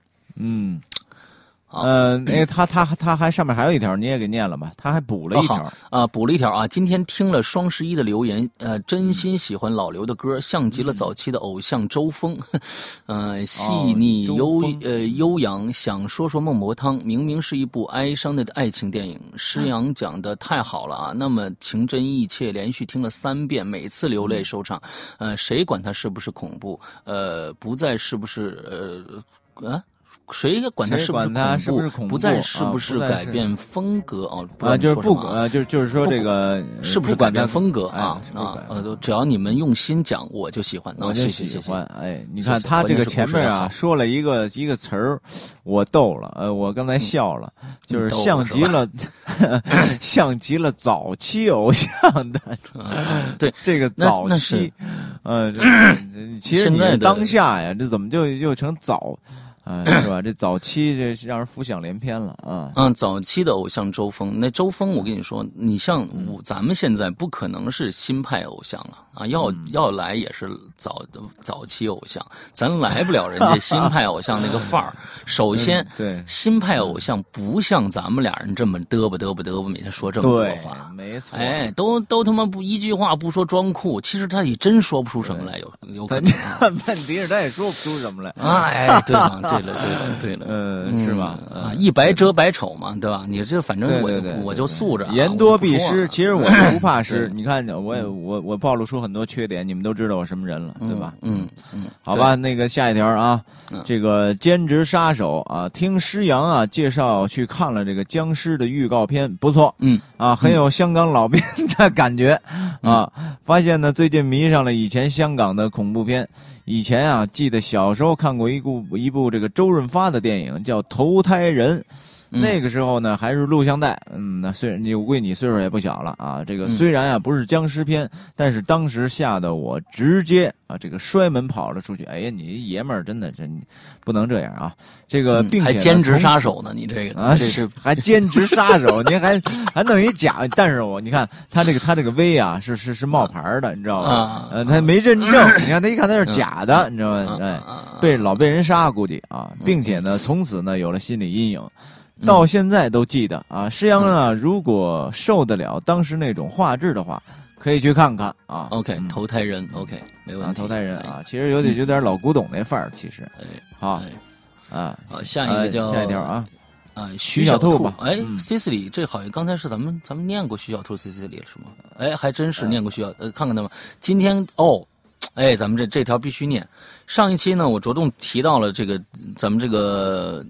他还上面还有一条，你也给念了吧？他还补了一条补了一条啊！今天听了双11的留言，真心喜欢老刘的歌，像极了早期的偶像周峰，细腻悠扬。想说说孟婆汤，明明是一部哀伤的爱情电影，施洋讲的太好了啊！那么情真意切，连续听了3遍，每次流泪收场。谁管它是不是恐怖？不再是不是谁管它是不是恐怖？不再是不是改变风格就是说这个是不是改变风格啊？只要你们用心讲，我就喜欢。 我就喜欢。哎，你看他这个前面说了一个词儿，我逗了。我刚才笑了，就是像极了早期偶像的。 对， 这个早期，其实你当下呀，这怎么就又成早？是吧？这早期这让人浮想联翩了啊！ 早期的偶像周峰，那周峰我跟你说，你像咱们现在不可能是新派偶像了啊，要来也是早期偶像，咱来不了人家新派偶像那个范儿。首先， 对新派偶像不像咱们俩人这么嘚啵，每天说这么多话， 没错。 哎，都他妈不一句话不说装酷，其实他也真说不出什么来，有可能。 问题是他也说不出什么来。 哎，对了。 是吧？ 一白遮百丑嘛，对吧？你这反正我就素着， 言多必失。其实我不怕失，你看我暴露出很多缺点，你们都知道我什么人了，对吧？好吧，那个下一条啊，这个兼职杀手啊，听施洋介绍去看了这个僵尸的预告片，不错，很有香港老兵的感觉啊。发现呢，最近迷上了以前香港的恐怖片。以前记得小时候看过一部这个周润发的电影叫《投胎人》， 那个时候呢还是录像带，那我估计你岁数也不小了啊。这个虽然啊不是僵尸片，但是当时吓得我直接啊这个摔门跑了出去。哎呀，你爷们儿真不能这样啊！这个并且还兼职杀手呢，你这个啊是还兼职杀手，您还弄一假，但是你看他这个 V 啊是冒牌的，你知道吧？他没认证，你看他一看他是假的，你知道吗？哎，被人杀估计啊，并且呢从此呢有了心理阴影。到现在都记得啊，施洋呢，如果受得了当时那种画质的话，可以去看看啊。 OK，投胎人 OK， 没问题。 投胎人啊，其实有点老古董那范儿，其实。好， 下一个下一条啊， 徐小兔吧。 Cicely， 这好像刚才是咱们念过徐小兔 Cicely 了是吗？哎，还真是念过徐小，看看他们今天咱们这条必须念。上一期呢，我着重提到了这个咱们这个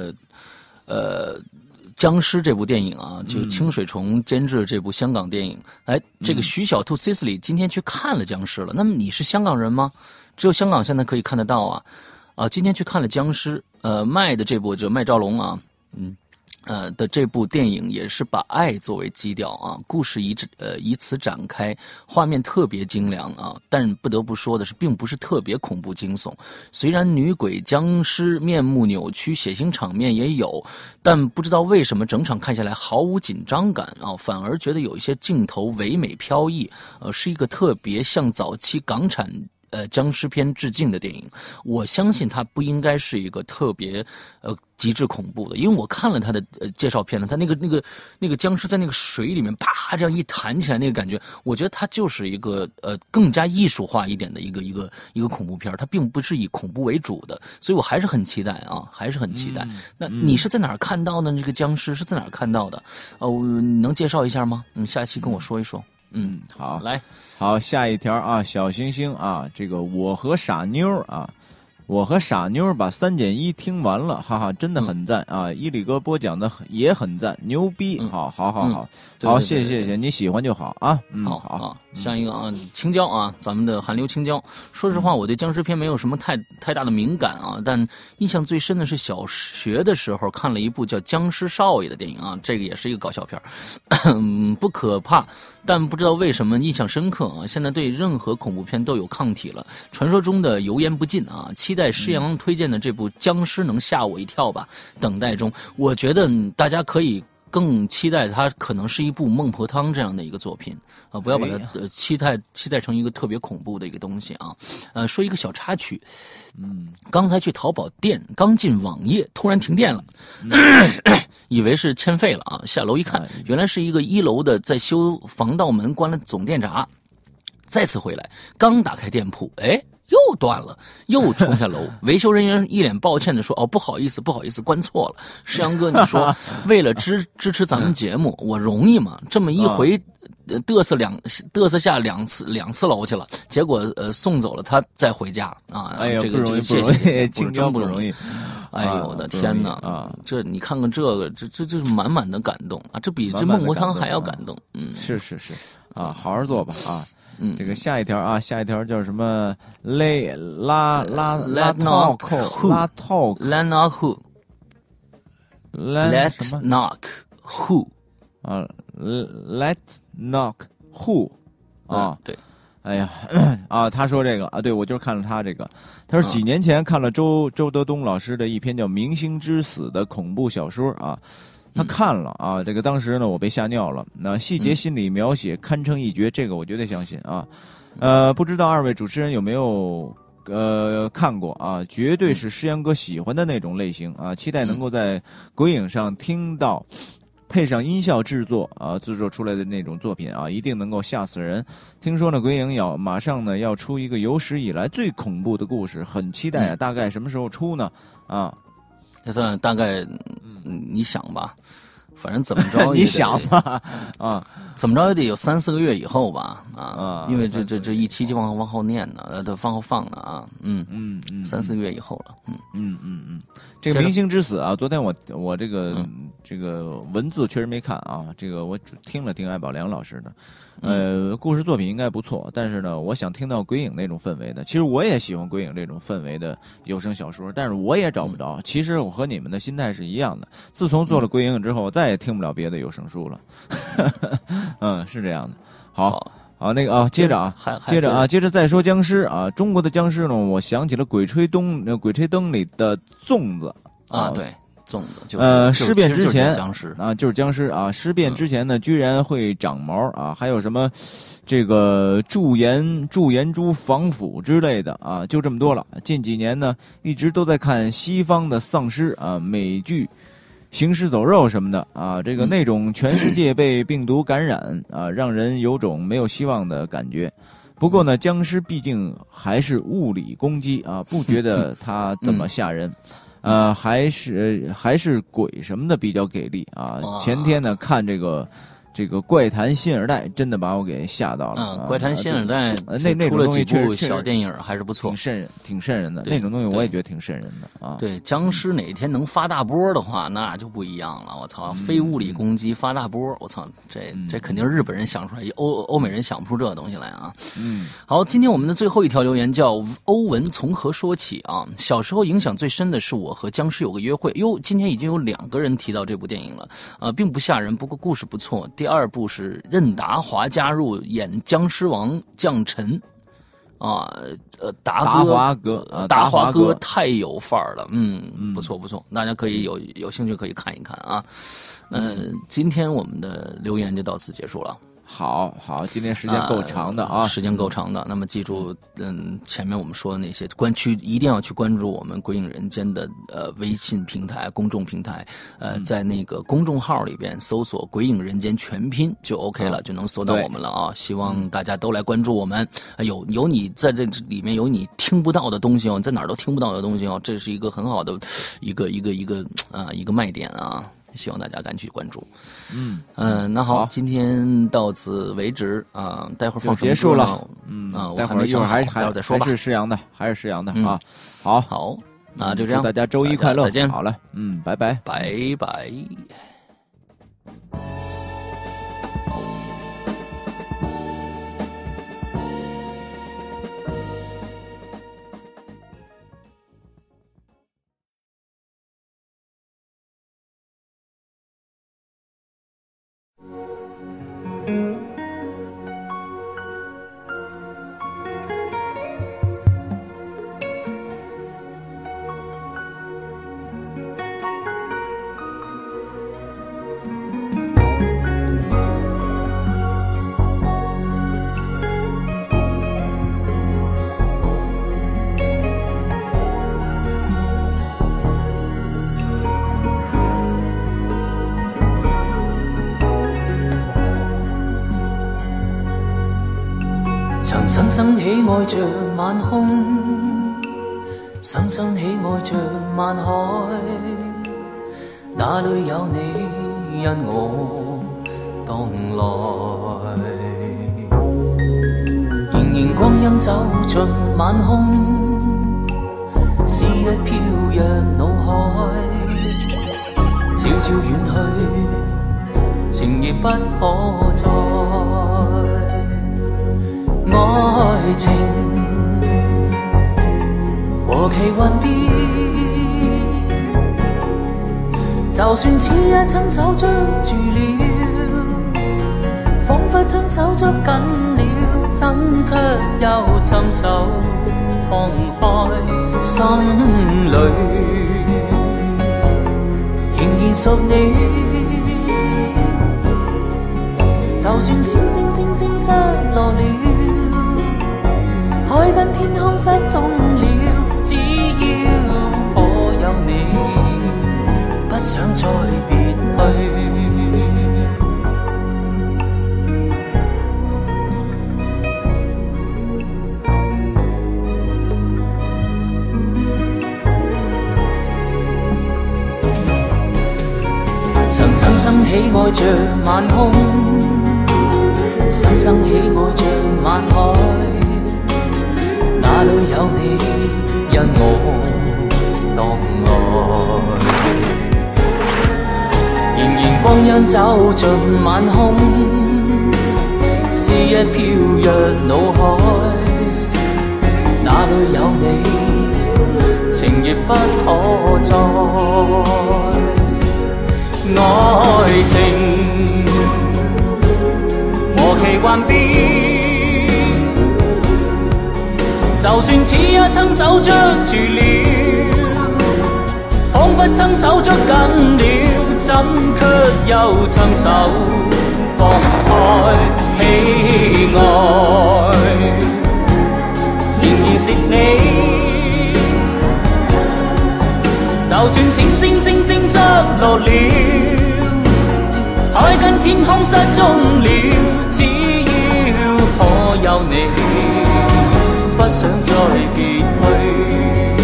僵尸这部电影啊，就清水虫监制这部香港电影。这个徐小兔 Cicely 今天去看了僵尸了。那么你是香港人吗？只有香港现在可以看得到啊。今天去看了僵尸，麦的这部就麦兆龙啊，的这部电影也是把爱作为基调啊，故事以此展开，画面特别精良啊，但不得不说的是，并不是特别恐怖惊悚。虽然女鬼僵尸面目扭曲，血腥场面也有，但不知道为什么整场看下来毫无紧张感啊，反而觉得有一些镜头唯美飘逸，是一个特别向早期港产僵尸片致敬的电影。我相信它不应该是一个特别极致恐怖的，因为我看了它的介绍片了，它那个僵尸在那个水里面啪这样一弹起来那个感觉，我觉得它就是一个更加艺术化一点的一个恐怖片，它并不是以恐怖为主的，所以我还是很期待啊，还是很期待。那你是在哪儿看到的？这个僵尸是在哪儿看到的？能介绍一下吗？下期跟我说一说。 好， 来。 好，下一条啊，小星星啊，这个我和傻妞啊，我和傻妞把3减1听完了，哈哈，真的很赞啊！伊里哥播讲的也很赞，牛逼！好，谢谢，你喜欢就好啊。好， 下一个啊，青椒啊，咱们的韩流青椒。说实话，我对僵尸片没有什么太大的敏感啊，但印象最深的是小学的时候看了一部叫《僵尸少爷》的电影啊，这个也是一个搞笑片，不可怕。但不知道为什么印象深刻啊！现在对任何恐怖片都有抗体了，传说中的油盐不进啊！期待施洋推荐的这部《僵尸能吓我一跳吧》，等待中。我觉得大家可以更期待它可能是一部孟婆汤这样的一个作品啊，不要把它期待成一个特别恐怖的一个东西啊。说一个小插曲，刚才去淘宝店，刚进网页，突然停电了。以为是欠费了啊，下楼一看，原来是一个1楼的在修防盗门，关了总电闸。再次回来，刚打开店铺，又断了，又冲下楼。维修人员一脸抱歉的说：“不好意思，关错了。”施洋哥，你说为了支持咱们节目，我容易吗？这么一回，嘚瑟下两次楼去了，结果送走了他再回家啊。这个谢谢，真不容易。哎呦我的天哪！这你看看这个，这是满满的感动啊！这比这孟婆汤还要感动。 是啊，好好做吧啊。这个下一条啊，下一条叫什么？Let knock who 啊 ？Let knock who 啊？ 对。 哎呀啊，他说这个啊，对我就是看了他这个。他说几年前看了周德东老师的一篇叫《明星之死》的恐怖小说啊，他看了啊，这个当时呢我被吓尿了，那细节心理描写堪称一绝，这个我绝对相信啊。不知道二位主持人有没有看过啊？绝对是施洋哥喜欢的那种类型啊，期待能够在鬼影上听到。配上音效制作出来的那种作品啊，一定能够吓死人。听说呢，鬼影马上呢要出一个有史以来最恐怖的故事，很期待啊。大概什么时候出呢？啊， 大概你想吧，反正怎么着你想吧啊， 怎么着也得有3-4个月以后吧啊，因为这一期就往后念呢，往后放呢啊，3-4个月以后了， 这个明星之死啊，昨天我这个这个文字确实没看啊，这个我只听了听艾宝良老师的。故事作品应该不错，但是呢，我想听到鬼影那种氛围的。其实我也喜欢鬼影这种氛围的有声小说，但是我也找不着。其实我和你们的心态是一样的。自从做了鬼影之后，我再也听不了别的有声书了。是这样的。好，那个啊，接着再说僵尸啊。中国的僵尸呢，我想起了《鬼吹灯》里的粽子啊，对。粽子就是尸变之前僵尸啊，就是僵尸啊。尸变之前呢，居然会长毛啊，还有什么这个驻颜珠防腐之类的啊，就这么多了。近几年呢，一直都在看西方的丧尸啊，美剧《行尸走肉》什么的啊，这个那种全世界被病毒感染啊，让人有种没有希望的感觉。不过呢，僵尸毕竟还是物理攻击啊，不觉得它怎么吓人。还是鬼什么的比较给力啊！前天呢看这个怪谈新耳袋，真的把我给吓到了。 怪谈新耳袋那出了几部小电影还是不错， 挺瘆人的。那种东西我也觉得挺瘆人的啊。 对，僵尸哪天能发大波的话，那就不一样了。我操，非物理攻击发大波，我操，这肯定是日本人想出来，欧美人想不出这个东西来啊。好，今天我们的最后一条留言叫欧文从何说起啊？小时候影响最深的是我和僵尸有个约会。今天已经有2个人提到这部电影了，并不吓人，不过故事不错。第2部是任达华加入演僵尸王将臣，达华哥太有范儿了，不错，大家可以有兴趣可以看一看啊。今天我们的留言就到此结束了。 好，今天时间够长的啊， 时间够长的。那么记住，前面我们说的那些一定要去关注我们鬼影人间的微信平台、公众平台，在那个公众号里边搜索"鬼影人间"全拼就 OK 了，就能搜到我们了啊。希望大家都来关注我们。有你在这里面有你听不到的东西哦，在哪儿都听不到的东西哦，这是一个很好的一个卖点啊。希望大家赶紧关注。那好，今天到此为止啊。待会儿放结束了。 待会儿还待会儿再说吧。 还是石阳的啊。 好，那就这样。 祝大家周一快乐， 再见。 好了，拜拜， 拜拜。 深深喜爱着晚空，深深喜爱着晚海，哪里有你因我荡来？仍然光阴走进晚空，诗一飘扬脑海，悄悄远去，情亦不可再。愛情和其幻變，就算此一親手捉住了，彷彿親手捉緊了，怎卻又尋手放開？心裏仍然屬你，就算星星失落了，海跟天空失蹤了，只要可有你，不想再別去。曾深深喜愛着晚空，深深喜愛着晚海，哪裏有你因我蕩來？ 光阴走進晚空，思憶飄入腦海，哪裏有你，情亦不可再。愛情和奇幻變，就算此一親手捉住了，彷彿親手捉緊了，怎卻又親手放開喜愛，仍然是你。就算閃閃星星失落了，海跟天空失蹤了，只要可有你，不想再別去。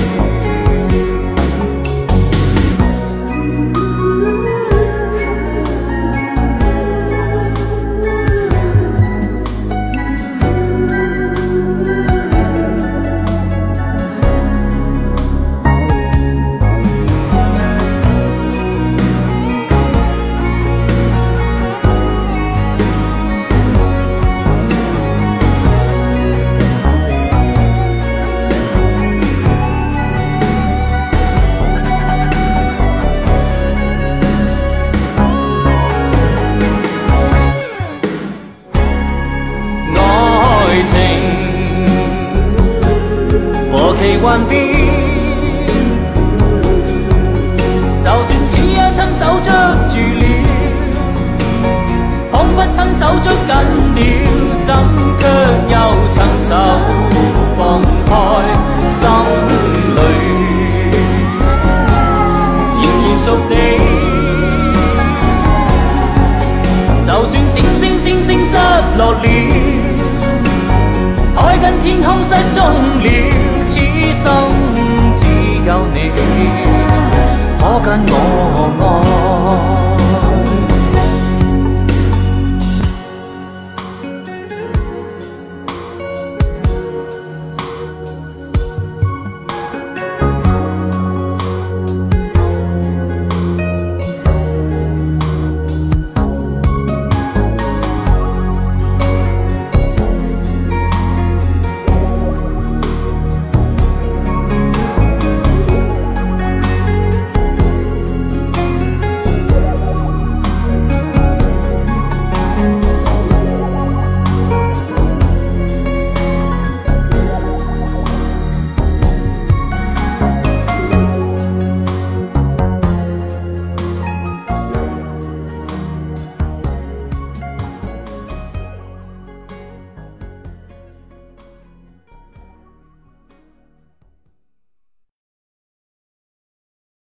奇幻變，就算此一親手捉住了，彷彿親手捉緊了，怎卻又親手放開，心裏仍然屬你。就算閃閃星星失落了，海跟天空失蹤了，此生只有你，可跟我